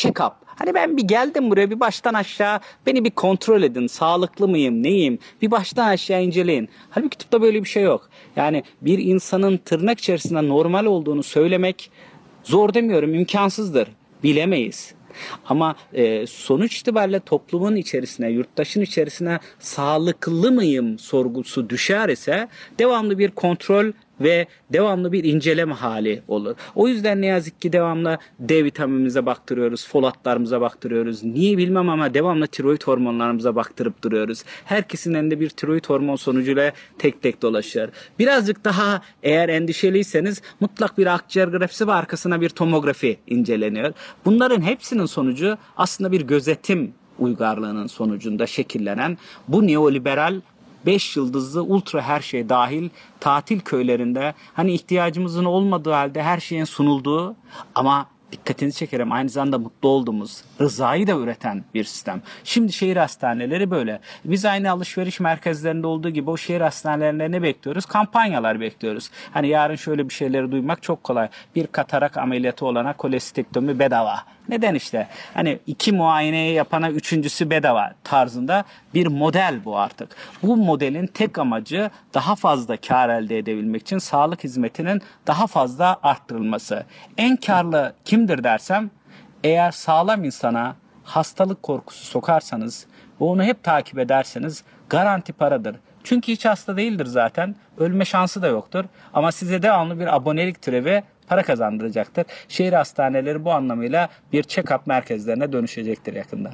Hani ben bir geldim buraya, bir baştan aşağı beni bir kontrol edin. Sağlıklı mıyım, neyim? Bir baştan aşağı inceleyin. Halbuki tıpta böyle bir şey yok. Yani bir insanın tırnak içerisinde normal olduğunu söylemek, zor demiyorum, imkansızdır. Bilemeyiz. Ama sonuç itibariyle toplumun içerisine, yurttaşın içerisine sağlıklı mıyım sorgusu düşer ise devamlı bir kontrol ve devamlı bir inceleme hali olur. O yüzden ne yazık ki devamlı D vitaminimize baktırıyoruz, folatlarımıza baktırıyoruz. Niye bilmem ama devamlı tiroid hormonlarımıza baktırıp duruyoruz. Herkesin elinde bir tiroid hormon sonucuyla tek tek dolaşıyor. Birazcık daha eğer endişeliyseniz mutlak bir akciğer grafisi ve arkasına bir tomografi inceleniyor. Bunların hepsinin sonucu aslında bir gözetim uygarlığının sonucunda şekillenen bu neoliberal 5 yıldızlı ultra her şey dahil tatil köylerinde hani ihtiyacımızın olmadığı halde her şeyin sunulduğu ama dikkatinizi çekerim aynı zamanda mutlu olduğumuz, rızayı da üreten bir sistem. Şimdi şehir hastaneleri böyle. Biz aynı alışveriş merkezlerinde olduğu gibi o şehir hastanelerinde ne bekliyoruz? Kampanyalar bekliyoruz. Hani yarın şöyle bir şeyleri duymak çok kolay. Bir katarak ameliyatı olana kolestektomi bedava. Neden işte? Hani 2 muayeneyi yapana 3.'sü bedava tarzında bir model bu artık. Bu modelin tek amacı daha fazla kar elde edebilmek için sağlık hizmetinin daha fazla arttırılması. En karlı kimdir dersem, eğer sağlam insana hastalık korkusu sokarsanız ve onu hep takip ederseniz garanti paradır. Çünkü hiç hasta değildir zaten. Ölme şansı da yoktur. Ama size devamlı bir abonelik türevi para kazandıracaktır. Şehir hastaneleri bu anlamıyla bir check-up merkezlerine dönüşecektir yakında.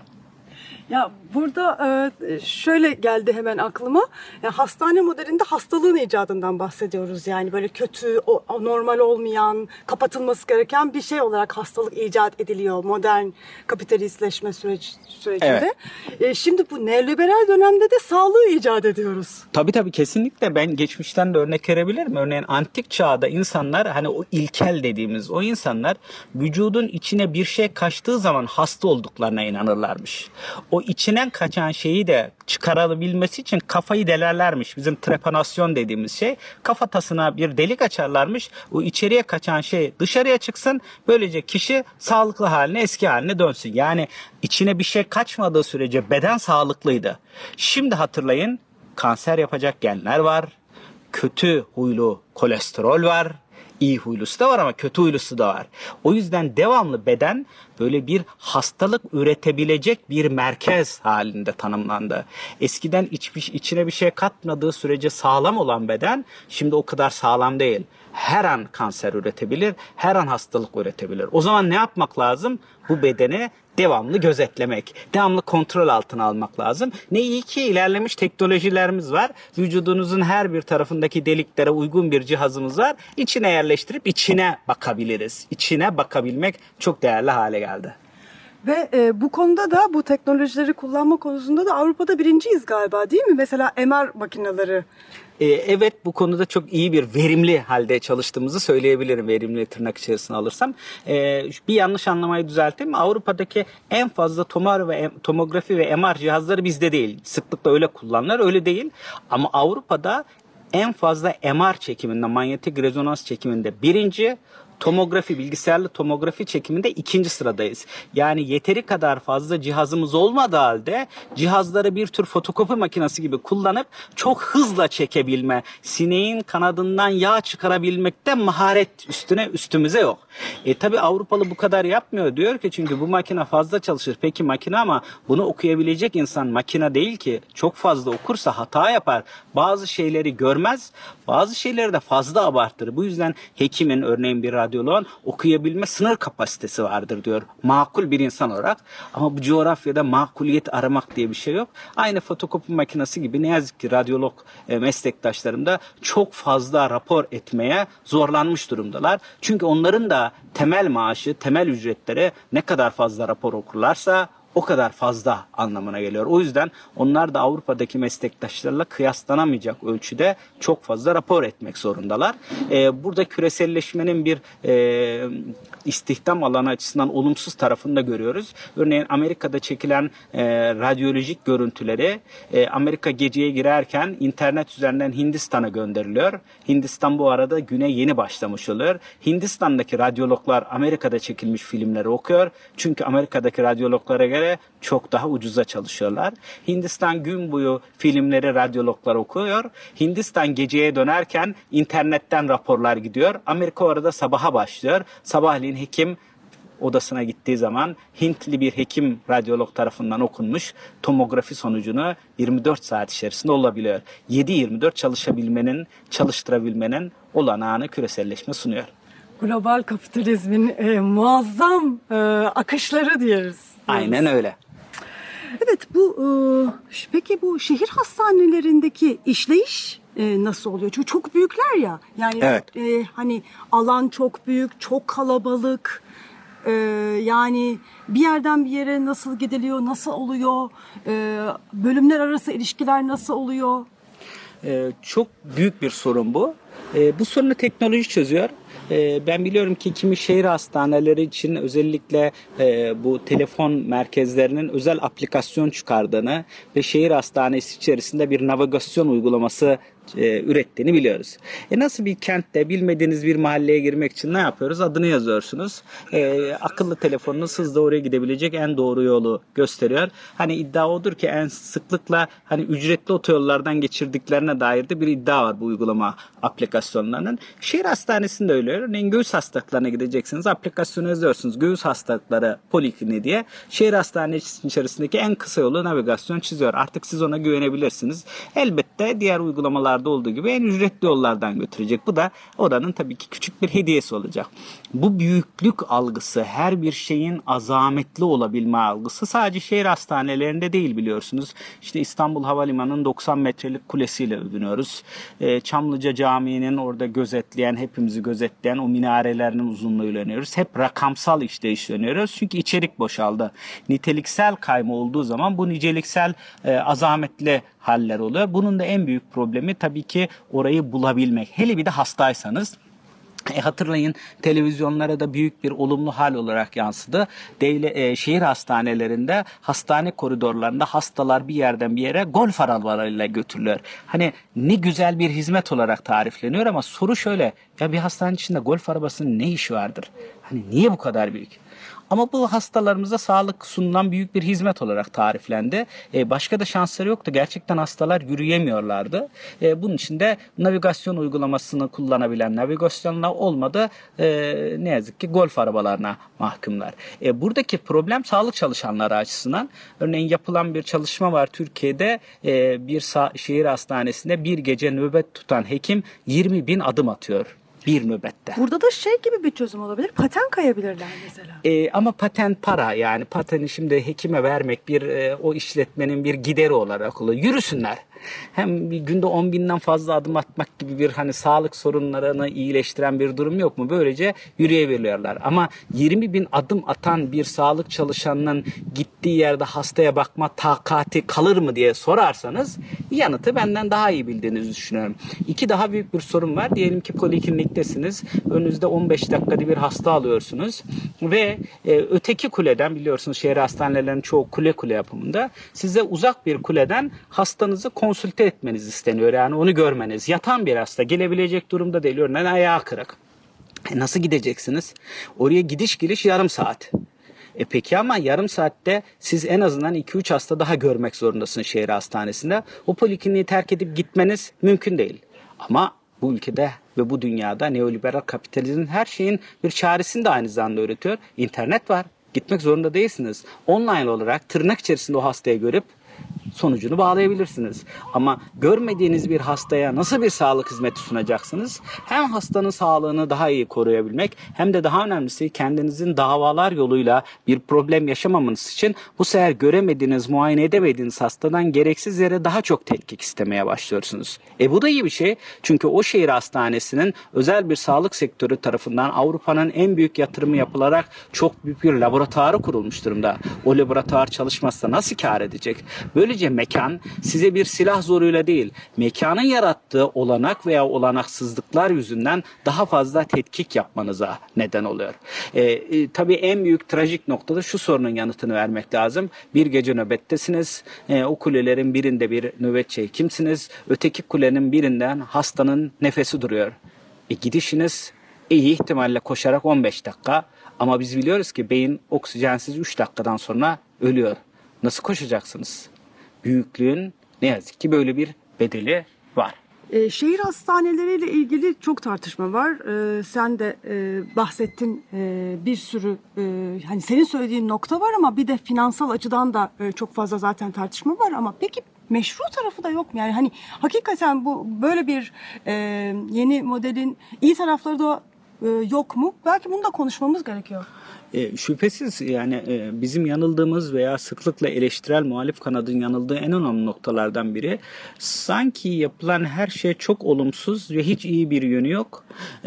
Ya burada şöyle geldi hemen aklıma. Yani hastane modelinde hastalığın icadından bahsediyoruz. Yani böyle kötü, normal olmayan, kapatılması gereken bir şey olarak hastalık icat ediliyor modern kapitalistleşme sürecinde. Evet. Şimdi bu neoliberal dönemde de sağlığı icat ediyoruz. Tabii kesinlikle. Ben geçmişten de örnek verebilirim. Örneğin antik çağda insanlar, hani o ilkel dediğimiz o insanlar vücudun içine bir şey kaçtığı zaman hasta olduklarına inanırlarmış. O içinden kaçan şeyi de çıkarabilmesi için kafayı delerlermiş. Bizim trepanasyon dediğimiz şey. Kafatasına bir delik açarlarmış. O içeriye kaçan şey dışarıya çıksın. Böylece kişi sağlıklı haline, eski haline dönsün. Yani içine bir şey kaçmadığı sürece beden sağlıklıydı. Şimdi hatırlayın, kanser yapacak genler var. Kötü huylu kolesterol var. İyi huylusu da var ama kötü huylusu da var. O yüzden devamlı beden böyle bir hastalık üretebilecek bir merkez halinde tanımlandı. Eskiden içine bir şey katmadığı sürece sağlam olan beden şimdi o kadar sağlam değil. Her an kanser üretebilir, her an hastalık üretebilir. O zaman ne yapmak lazım? Bu bedeni devamlı gözetlemek, devamlı kontrol altına almak lazım. Ne iyi ki ilerlemiş teknolojilerimiz var. Vücudunuzun her bir tarafındaki deliklere uygun bir cihazımız var. İçine yerleştirip içine bakabiliriz. İçine bakabilmek çok değerli hale geldi. Ve bu konuda da, bu teknolojileri kullanma konusunda da Avrupa'da birinciyiz galiba, değil mi? Mesela MR makineleri. Evet, bu konuda çok iyi bir verimli halde çalıştığımızı söyleyebilirim, verimli tırnak içerisine alırsam. Bir yanlış anlamayı düzelteyim. Avrupa'daki en fazla tomografi ve MR cihazları bizde değil. Sıklıkla öyle kullanılır, öyle değil. Ama Avrupa'da en fazla MR çekiminde, manyetik rezonans çekiminde birinci, tomografi, bilgisayarlı tomografi çekiminde 2. sıradayız. Yani yeteri kadar fazla cihazımız olmadığı halde cihazları bir tür fotokopi makinesi gibi kullanıp çok hızla çekebilme, sineğin kanadından yağ çıkarabilmekte maharet üstümüze yok. Tabi Avrupalı bu kadar yapmıyor, diyor ki çünkü bu makine fazla çalışır. Peki makine, ama bunu okuyabilecek insan makine değil ki. Çok fazla okursa hata yapar. Bazı şeyleri görmez, bazı şeyleri de fazla abartır. Bu yüzden hekimin, örneğin bir radyoloğun okuyabilme sınır kapasitesi vardır diyor. Makul bir insan olarak. Ama bu coğrafyada makuliyet aramak diye bir şey yok. Aynı fotokopi makinesi gibi ne yazık ki radyolog meslektaşlarım da çok fazla rapor etmeye zorlanmış durumdalar. Çünkü onların da temel maaşı, temel ücretleri ne kadar fazla rapor okurlarsa o kadar fazla anlamına geliyor. O yüzden onlar da Avrupa'daki meslektaşlarla kıyaslanamayacak ölçüde çok fazla rapor etmek zorundalar. Burada küreselleşmenin bir istihdam alanı açısından olumsuz tarafını da görüyoruz. Örneğin Amerika'da çekilen radyolojik görüntüleri Amerika geceye girerken internet üzerinden Hindistan'a gönderiliyor. Hindistan bu arada güne yeni başlamış oluyor. Hindistan'daki radyologlar Amerika'da çekilmiş filmleri okuyor. Çünkü Amerika'daki radyologlara göre çok daha ucuza çalışıyorlar. Hindistan gün boyu filmleri radyologlar okuyor. Hindistan geceye dönerken internetten raporlar gidiyor. Amerika orada sabaha başlıyor. Sabahleyin hekim odasına gittiği zaman Hintli bir hekim radyolog tarafından okunmuş tomografi sonucunu 24 saat içerisinde olabiliyor. 7/24 çalıştırabilmenin olanağını küreselleşme sunuyor. Global kapitalizmin muazzam akışları diyoruz. Aynen öyle. Evet, peki bu şehir hastanelerindeki işleyiş nasıl oluyor? Çünkü çok büyükler ya. Yani evet. Hani alan çok büyük, çok kalabalık. Yani bir yerden bir yere nasıl gidiliyor, nasıl oluyor? Bölümler arası ilişkiler nasıl oluyor? Çok büyük bir sorun bu. Bu sorunu teknoloji çözüyor. Ben biliyorum ki kimi şehir hastaneleri için özellikle bu telefon merkezlerinin özel aplikasyon çıkardığını ve şehir hastanesi içerisinde bir navigasyon uygulaması ürettiğini biliyoruz. Nasıl bir kentte bilmediğiniz bir mahalleye girmek için ne yapıyoruz? Adını yazıyorsunuz. Akıllı telefonunuz hızla oraya gidebilecek en doğru yolu gösteriyor. Hani iddia odur ki en sıklıkla hani ücretli otoyollardan geçirdiklerine dair de bir iddia var bu uygulama aplikasyonlarının. Şehir hastanesinde öyle. Örneğin göğüs hastalıklarına gideceksiniz. Aplikasyonu yazıyorsunuz. Göğüs hastalıkları polikliniği diye. Şehir hastanesinin içerisindeki en kısa yolu navigasyon çiziyor. Artık siz ona güvenebilirsiniz. Elbette diğer uygulamalar olduğu gibi en ücretli yollardan götürecek. Bu da oranın tabii ki küçük bir hediyesi olacak. Bu büyüklük algısı, her bir şeyin azametli olabilme algısı sadece şehir hastanelerinde değil biliyorsunuz. İşte İstanbul Havalimanı'nın 90 metrelik kulesiyle övünüyoruz. Çamlıca Camii'nin orada hepimizi gözetleyen o minarelerinin uzunluğuyla övünüyoruz. Hep rakamsal işleniyoruz. Çünkü içerik boşaldı. Niteliksel kayma olduğu zaman bu niceliksel azametli haller oluyor. Bunun da en büyük problemi tabii ki orayı bulabilmek. Hele bir de hastaysanız. Hatırlayın, televizyonlara da büyük bir olumlu hal olarak yansıdı. Şehir hastanelerinde, hastane koridorlarında hastalar bir yerden bir yere golf arabalarıyla götürülüyor. Hani ne güzel bir hizmet olarak tarifleniyor ama soru şöyle. Ya bir hastanenin içinde golf arabasının ne işi vardır? Hani niye bu kadar büyük? Ama bu hastalarımıza sağlık sunulan büyük bir hizmet olarak tariflendi. Başka da şansları yoktu. Gerçekten hastalar yürüyemiyorlardı. Bunun için de navigasyon uygulamasını kullanabilen navigasyonlar olmadı. Ne yazık ki golf arabalarına mahkumlar. Buradaki problem sağlık çalışanları açısından. Örneğin yapılan bir çalışma var Türkiye'de. Bir şehir hastanesinde bir gece nöbet tutan hekim 20.000 adım atıyor. Bir nöbette. Burada da gibi bir çözüm olabilir. Paten kayabilirler mesela. Ama paten para, yani pateni şimdi hekime vermek o işletmenin bir gideri olarak oluyor. Yürüsünler. Hem bir günde 10.000'den fazla adım atmak gibi bir hani sağlık sorunlarını iyileştiren bir durum yok mu? Böylece yürüyebiliyorlar. Ama 20.000 adım atan bir sağlık çalışanının gittiği yerde hastaya bakma takati kalır mı diye sorarsanız yanıtı benden daha iyi bildiğinizi düşünüyorum. Daha büyük bir sorun var. Diyelim ki polikliniktesiniz. Önünüzde 15 dakikada bir hasta alıyorsunuz ve öteki kuleden, biliyorsunuz şehir hastanelerinin çoğu kule yapımında, size uzak bir kuleden hastanızı konsülte etmeniz isteniyor. Yani onu görmeniz. Yatan bir hasta, gelebilecek durumda değil. Örneğin ayağı kırık. Nasıl gideceksiniz? Oraya gidiş geliş yarım saat. Peki ama yarım saatte siz en azından 2-3 hasta daha görmek zorundasınız şehir hastanesinde. O polikliniği terk edip gitmeniz mümkün değil. Ama bu ülkede ve bu dünyada neoliberal kapitalizmin her şeyin bir çaresini de aynı zamanda üretiyor. İnternet var. Gitmek zorunda değilsiniz. Online olarak tırnak içerisinde o hastayı görüp sonucunu bağlayabilirsiniz. Ama görmediğiniz bir hastaya nasıl bir sağlık hizmeti sunacaksınız? Hem hastanın sağlığını daha iyi koruyabilmek hem de daha önemlisi kendinizin davalar yoluyla bir problem yaşamamanız için bu sefer göremediğiniz, muayene edemediğiniz hastadan gereksiz yere daha çok tetkik istemeye başlıyorsunuz. Bu da iyi bir şey. Çünkü o şehir hastanesinin özel bir sağlık sektörü tarafından Avrupa'nın en büyük yatırımı yapılarak çok büyük bir laboratuvarı kurulmuş durumda. O laboratuvar çalışmazsa nasıl kâr edecek? Böylece mekan size bir silah zoruyla değil, mekanın yarattığı olanak veya olanaksızlıklar yüzünden daha fazla tetkik yapmanıza neden oluyor. Tabii en büyük trajik noktada şu sorunun yanıtını vermek lazım. Bir gece nöbettesiniz. O kulelerin birinde bir nöbetçi hekimsiniz. Öteki kulenin birinden hastanın nefesi duruyor. Gidişiniz iyi ihtimalle koşarak 15 dakika. Ama biz biliyoruz ki beyin oksijensiz 3 dakikadan sonra ölüyor. Nasıl koşacaksınız? Büyüklüğün ne yazık ki böyle bir bedeli var. Şehir hastaneleriyle ilgili çok tartışma var. Sen de bahsettin, bir sürü hani senin söylediğin nokta var ama bir de finansal açıdan da çok fazla zaten tartışma var. Ama peki meşru tarafı da yok mu? Yani hani hakikaten bu böyle bir yeni modelin iyi tarafları da yok mu? Belki bunu da konuşmamız gerekiyor. Şüphesiz yani bizim yanıldığımız veya sıklıkla eleştirel muhalif kanadın yanıldığı en önemli noktalardan biri sanki yapılan her şey çok olumsuz ve hiç iyi bir yönü yok.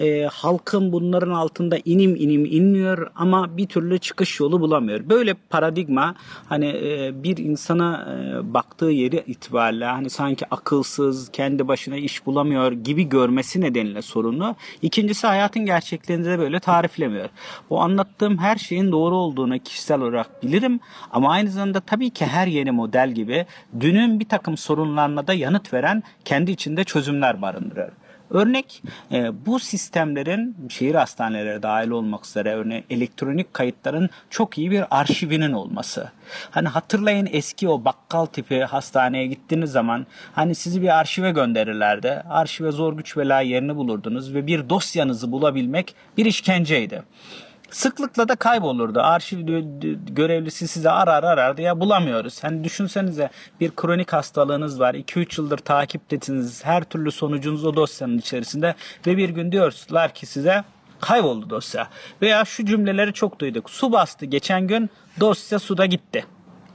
Halkın bunların altında inim inmiyor ama bir türlü çıkış yolu bulamıyor. Böyle paradigma hani bir insana baktığı yeri itibariyle hani sanki akılsız, kendi başına iş bulamıyor gibi görmesi nedeniyle sorunlu. İkincisi hayatın gerçekliğini de böyle tariflemiyor. Bu anlattığım her şeyin doğru olduğunu kişisel olarak bilirim ama aynı zamanda tabii ki her yeni model gibi dünün bir takım sorunlarına da yanıt veren kendi içinde çözümler barındırır. Örnek bu sistemlerin şehir hastaneleri dahil olmak üzere örneğin elektronik kayıtların çok iyi bir arşivinin olması. Hani hatırlayın eski o bakkal tipi hastaneye gittiğiniz zaman hani sizi bir arşive gönderirlerdi. Arşive zor güç bela yerini bulurdunuz ve bir dosyanızı bulabilmek bir işkenceydi. Sıklıkla da kaybolurdu. Arşiv görevlisi size arardı ya bulamıyoruz. Hani düşünsenize bir kronik hastalığınız var. 2-3 yıldır takiptesiniz. Her türlü sonucunuz o dosyanın içerisinde ve bir gün diyorlar ki size kayboldu dosya. Veya şu cümleleri çok duyduk. Su bastı geçen gün, dosya suda gitti.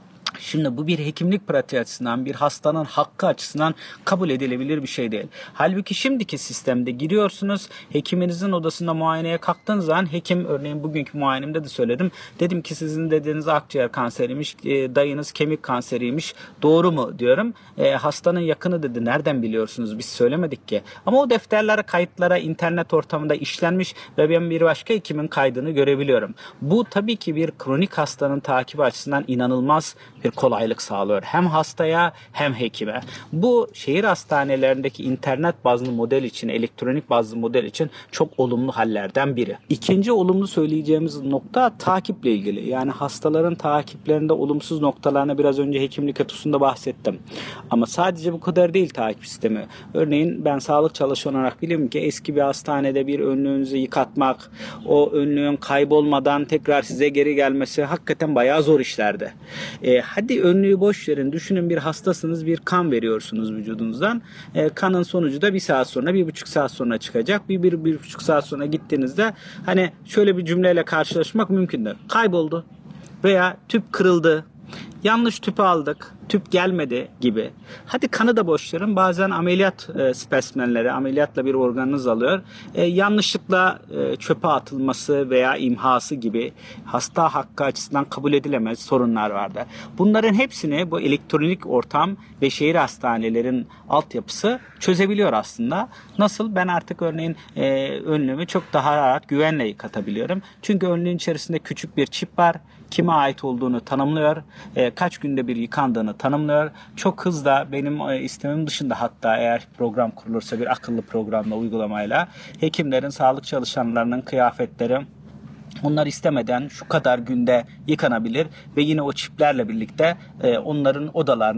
Şimdi bu bir hekimlik pratiği açısından, bir hastanın hakkı açısından kabul edilebilir bir şey değil. Halbuki şimdiki sistemde giriyorsunuz, hekiminizin odasında muayeneye kalktığınız zaman hekim, örneğin bugünkü muayenemde de söyledim. Dedim ki sizin dedeniz akciğer kanseriymiş, dayınız kemik kanseriymiş, doğru mu diyorum. Hastanın yakını dedi, nereden biliyorsunuz, biz söylemedik ki. Ama o defterlere, kayıtlara internet ortamında işlenmiş ve ben bir başka hekimin kaydını görebiliyorum. Bu tabii ki bir kronik hastanın takibi açısından inanılmaz bir kolaylık sağlıyor. Hem hastaya hem hekime. Bu şehir hastanelerindeki internet bazlı model için, elektronik bazlı model için çok olumlu hallerden biri. İkinci olumlu söyleyeceğimiz nokta takiple ilgili. Yani hastaların takiplerinde olumsuz noktalarına biraz önce hekimlik etusunda bahsettim. Ama sadece bu kadar değil takip sistemi. Örneğin ben sağlık çalışanı olarak biliyorum ki eski bir hastanede bir önlüğünüzü yıkatmak, o önlüğün kaybolmadan tekrar size geri gelmesi hakikaten bayağı zor işlerdi. Hadi önlüğü boş verin. Düşünün bir hastasınız, bir kan veriyorsunuz vücudunuzdan. Kanın sonucu da 1 saat sonra, 1,5 saat sonra çıkacak. 1,5 saat sonra gittiğinizde hani şöyle bir cümleyle karşılaşmak mümkündür. Kayboldu veya tüp kırıldı. Yanlış tüpü aldık, tüp gelmedi gibi. Hadi kanı da boş verin. Bazen ameliyat spesimenleri, ameliyatla bir organınız alıyor. Yanlışlıkla çöpe atılması veya imhası gibi hasta hakkı açısından kabul edilemez sorunlar vardı. Bunların hepsini bu elektronik ortam ve şehir hastanelerin altyapısı çözebiliyor aslında. Nasıl? Ben artık örneğin önlüğümü çok daha rahat güvenle yıkatabiliyorum. Çünkü önlüğün içerisinde küçük bir çip var. Kime ait olduğunu tanımlıyor, kaç günde bir yıkandığını tanımlıyor. Çok hızlı benim istemim dışında hatta eğer program kurulursa bir akıllı programla, uygulamayla hekimlerin, sağlık çalışanlarının kıyafetleri onlar istemeden şu kadar günde yıkanabilir ve yine o çiplerle birlikte onların odalarına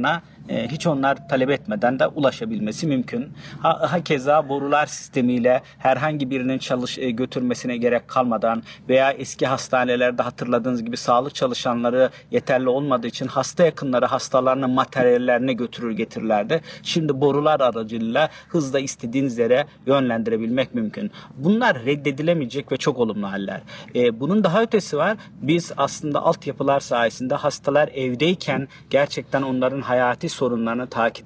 hiç onlar talep etmeden de ulaşabilmesi mümkün. Hakeza borular sistemiyle herhangi birinin götürmesine gerek kalmadan veya eski hastanelerde hatırladığınız gibi sağlık çalışanları yeterli olmadığı için hasta yakınları hastalarının materyallerini götürür getirirlerdi. Şimdi borular aracılığıyla hızla istediğiniz yere yönlendirebilmek mümkün. Bunlar reddedilemeyecek ve çok olumlu haller. Bunun daha ötesi var. Biz aslında altyapılar sayesinde hastalar evdeyken gerçekten onların hayati sorunlarını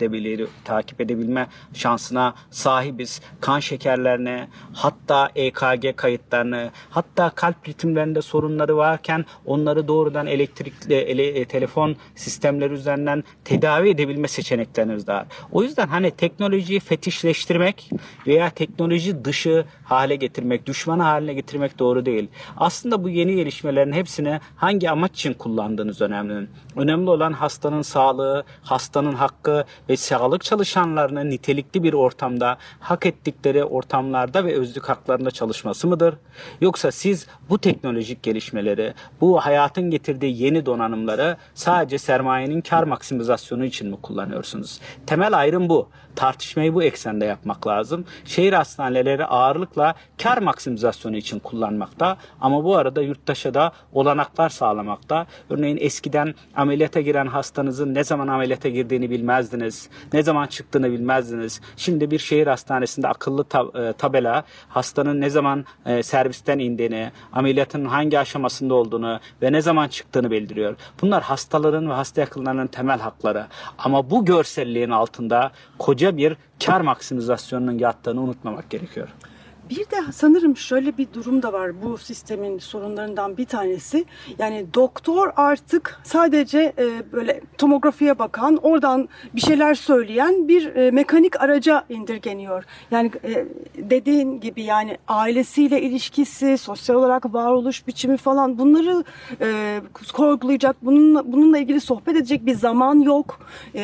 takip edebilme şansına sahibiz. Kan şekerlerini, hatta EKG kayıtlarını, hatta kalp ritimlerinde sorunları varken onları doğrudan elektrikli telefon sistemleri üzerinden tedavi edebilme seçeneklerimiz de var. O yüzden hani teknolojiyi fetişleştirmek veya teknoloji dışı hale getirmek, düşmanı haline getirmek doğru değil. Aslında bu yeni gelişmelerin hepsini hangi amaç için kullandığınız önemli. Önemli olan hastanın sağlığı, hastanın hakkı ve sağlık çalışanlarının nitelikli bir ortamda, hak ettikleri ortamlarda ve özlük haklarında çalışması mıdır? Yoksa siz bu teknolojik gelişmeleri, bu hayatın getirdiği yeni donanımları sadece sermayenin kar maksimizasyonu için mi kullanıyorsunuz? Temel ayrım bu. Tartışmayı bu eksende yapmak lazım. Şehir hastaneleri ağırlıkla kar maksimizasyonu için kullanmakta ama bu arada yurttaşa da olanaklar sağlamakta. Örneğin eskiden ameliyata giren hastanızın ne zaman ameliyata girdiğini bilmezdiniz. Ne zaman çıktığını bilmezdiniz. Şimdi bir şehir hastanesinde akıllı tabela hastanın ne zaman servisten indiğini, ameliyatın hangi aşamasında olduğunu ve ne zaman çıktığını bildiriyor. Bunlar hastaların ve hasta yakınlarının temel hakları. Ama bu görselliğin altında koca bir kar maksimizasyonunun yattığını unutmamak gerekiyor. Bir de sanırım şöyle bir durum da var bu sistemin sorunlarından bir tanesi. Yani doktor artık sadece böyle tomografiye bakan, oradan bir şeyler söyleyen bir mekanik araca indirgeniyor. Yani dediğin gibi yani ailesiyle ilişkisi, sosyal olarak varoluş biçimi falan bunları sorgulayacak, bununla ilgili sohbet edecek bir zaman yok.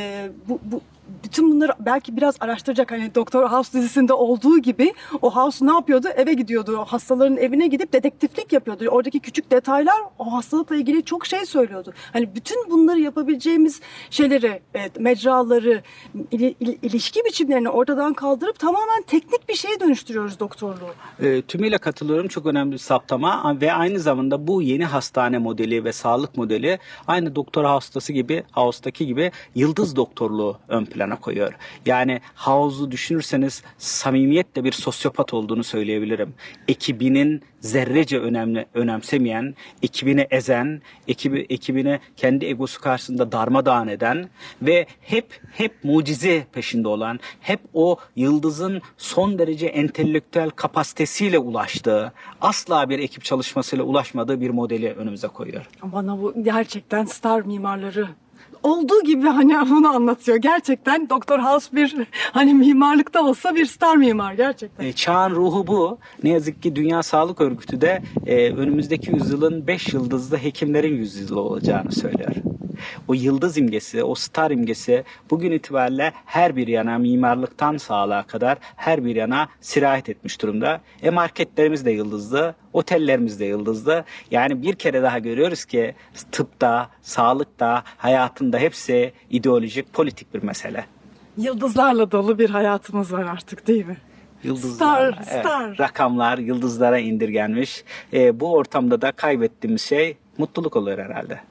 Bütün bunları belki biraz araştıracak. Hani Doktor House dizisinde olduğu gibi o House ne yapıyordu? Eve gidiyordu. O hastaların evine gidip dedektiflik yapıyordu. Oradaki küçük detaylar o hastalıkla ilgili çok şey söylüyordu. Hani bütün bunları yapabileceğimiz şeyleri, mecraları, ilişki biçimlerini ortadan kaldırıp tamamen teknik bir şeye dönüştürüyoruz doktorluğu. Tümüyle katılıyorum. Çok önemli bir saptama ve aynı zamanda bu yeni hastane modeli ve sağlık modeli aynı Doktor House'daki gibi yıldız doktorluğu ön plana koyuyor. Yani House'u düşünürseniz samimiyetle bir sosyopat olduğunu söyleyebilirim. Ekibinin zerrece önemsemeyen, ekibini ezen, ekibini kendi egosu karşısında darmadağın eden ve hep mucize peşinde olan, hep o yıldızın son derece entelektüel kapasitesiyle ulaştığı, asla bir ekip çalışmasıyla ulaşmadığı bir modeli önümüze koyuyor. Bana bu gerçekten star mimarları olduğu gibi hani bunu anlatıyor. Gerçekten Doktor House bir hani mimarlıkta olsa bir star mimar gerçekten. Çağın ruhu bu. Ne yazık ki Dünya Sağlık Örgütü de önümüzdeki yüzyılın 5 yıldızlı hekimlerin yüzyılı olacağını söylüyor. O yıldız imgesi, o star imgesi bugün itibariyle her bir yana, mimarlıktan sağlığa kadar her bir yana sirayet etmiş durumda. Marketlerimiz de yıldızlı, otellerimiz de yıldızlı. Yani bir kere daha görüyoruz ki tıpta, sağlıkta, hayatında hepsi ideolojik, politik bir mesele. Yıldızlarla dolu bir hayatımız var artık değil mi? Yıldızlar, Star. Evet, rakamlar yıldızlara indirgenmiş. Bu ortamda da kaybettiğimiz şey mutluluk oluyor herhalde.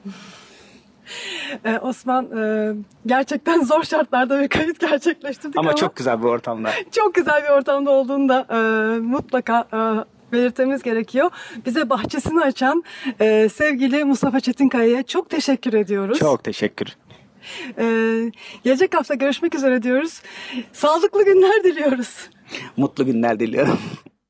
Osman gerçekten zor şartlarda bir kayıt gerçekleştirdik ama çok güzel bir ortamda. Çok güzel bir ortamda olduğunu da mutlaka belirtmemiz gerekiyor. Bize bahçesini açan sevgili Mustafa Çetinkaya'ya çok teşekkür ediyoruz. Çok teşekkür. Gelecek hafta görüşmek üzere diyoruz. Sağlıklı günler diliyoruz. Mutlu günler diliyorum.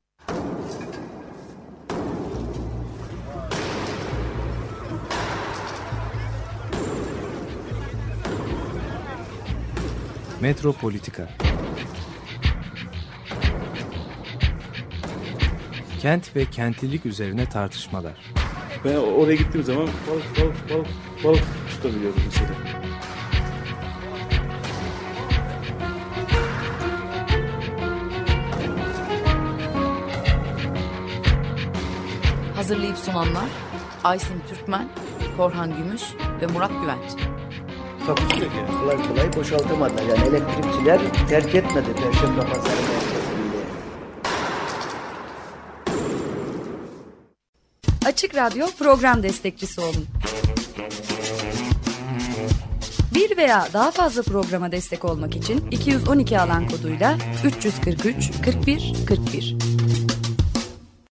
Metropolitika. Kent ve kentlilik üzerine tartışmalar. Ben oraya gittiğim zaman balık tutabiliyorum mesela. Hazırlayıp sunanlar Aysin Türkmen, Korhan Gümüş ve Murat Güvenç. takusuyor ki. Kolay kolay boşaltamadılar. Yani elektrikçiler terk etmedi Perşembe Pazarı merkezini. Açık Radyo program destekçisi olun. Bir veya daha fazla programa destek olmak için 212 alan koduyla 343 41 41.